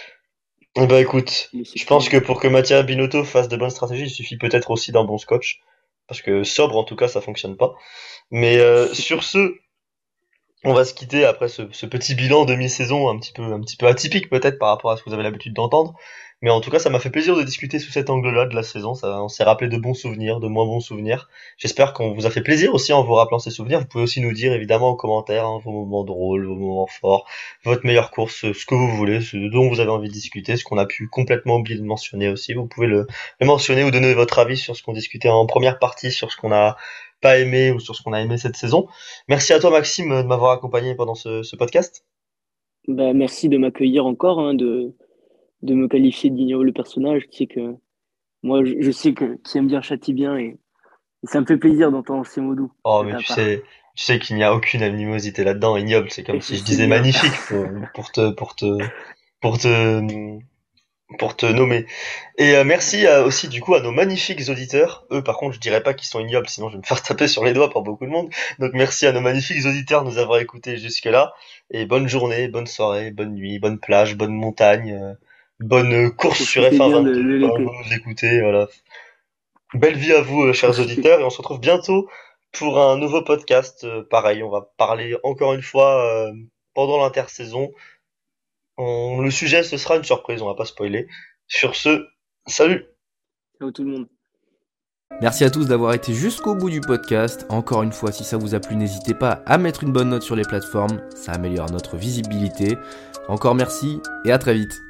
Eh ben écoute, Mais c'est je pense clair. que pour que Mattia Binotto fasse de bonnes stratégies, il suffit peut-être aussi d'un bon scotch. Parce que sobre, en tout cas, ça fonctionne pas. Mais sur ce, on va se quitter après ce petit bilan demi-saison un petit peu atypique peut-être par rapport à ce que vous avez l'habitude d'entendre. Mais en tout cas, ça m'a fait plaisir de discuter sous cet angle-là de la saison. Ça, on s'est rappelé de bons souvenirs, de moins bons souvenirs. J'espère qu'on vous a fait plaisir aussi en vous rappelant ces souvenirs. Vous pouvez aussi nous dire évidemment en commentaire hein, vos moments drôles, vos moments forts, votre meilleure course, ce que vous voulez, ce dont vous avez envie de discuter, ce qu'on a pu complètement oublier de mentionner aussi. Vous pouvez le mentionner ou donner votre avis sur ce qu'on discutait en première partie, sur ce qu'on a pas aimé ou sur ce qu'on a aimé cette saison. Merci à toi Maxime de m'avoir accompagné pendant ce podcast. Bah, merci de m'accueillir encore, hein, de me qualifier d'ignoble personnage. Tu sais que moi, je sais que qui aime bien châtie bien et ça me fait plaisir d'entendre ces mots doux Oh de mais ta part. tu sais qu'il n'y a aucune animosité là-dedans, ignoble, c'est comme Et je si je sais disais bien. magnifique pour te pour te nommer. Et merci aussi du coup à nos magnifiques auditeurs. Eux par contre je dirais pas qu'ils sont ignobles, sinon je vais me faire taper sur les doigts par beaucoup de monde. Donc merci à nos magnifiques auditeurs de nous avoir écoutés jusque là. Et bonne journée, bonne soirée, bonne nuit, bonne plage, bonne montagne, bonne course sur Profitez bien de FA22 pendant que l'été. vous nous écoutez. Voilà. Belle vie à vous chers Profitez. auditeurs et on se retrouve bientôt pour un nouveau podcast. Pareil, on va parler encore une fois pendant l'intersaison. Le sujet, ce sera une surprise, on va pas spoiler. Sur ce, salut! Ciao tout le monde. Merci à tous d'avoir été jusqu'au bout du podcast. Encore une fois, si ça vous a plu, n'hésitez pas à mettre une bonne note sur les plateformes, ça améliore notre visibilité. Encore merci et à très vite.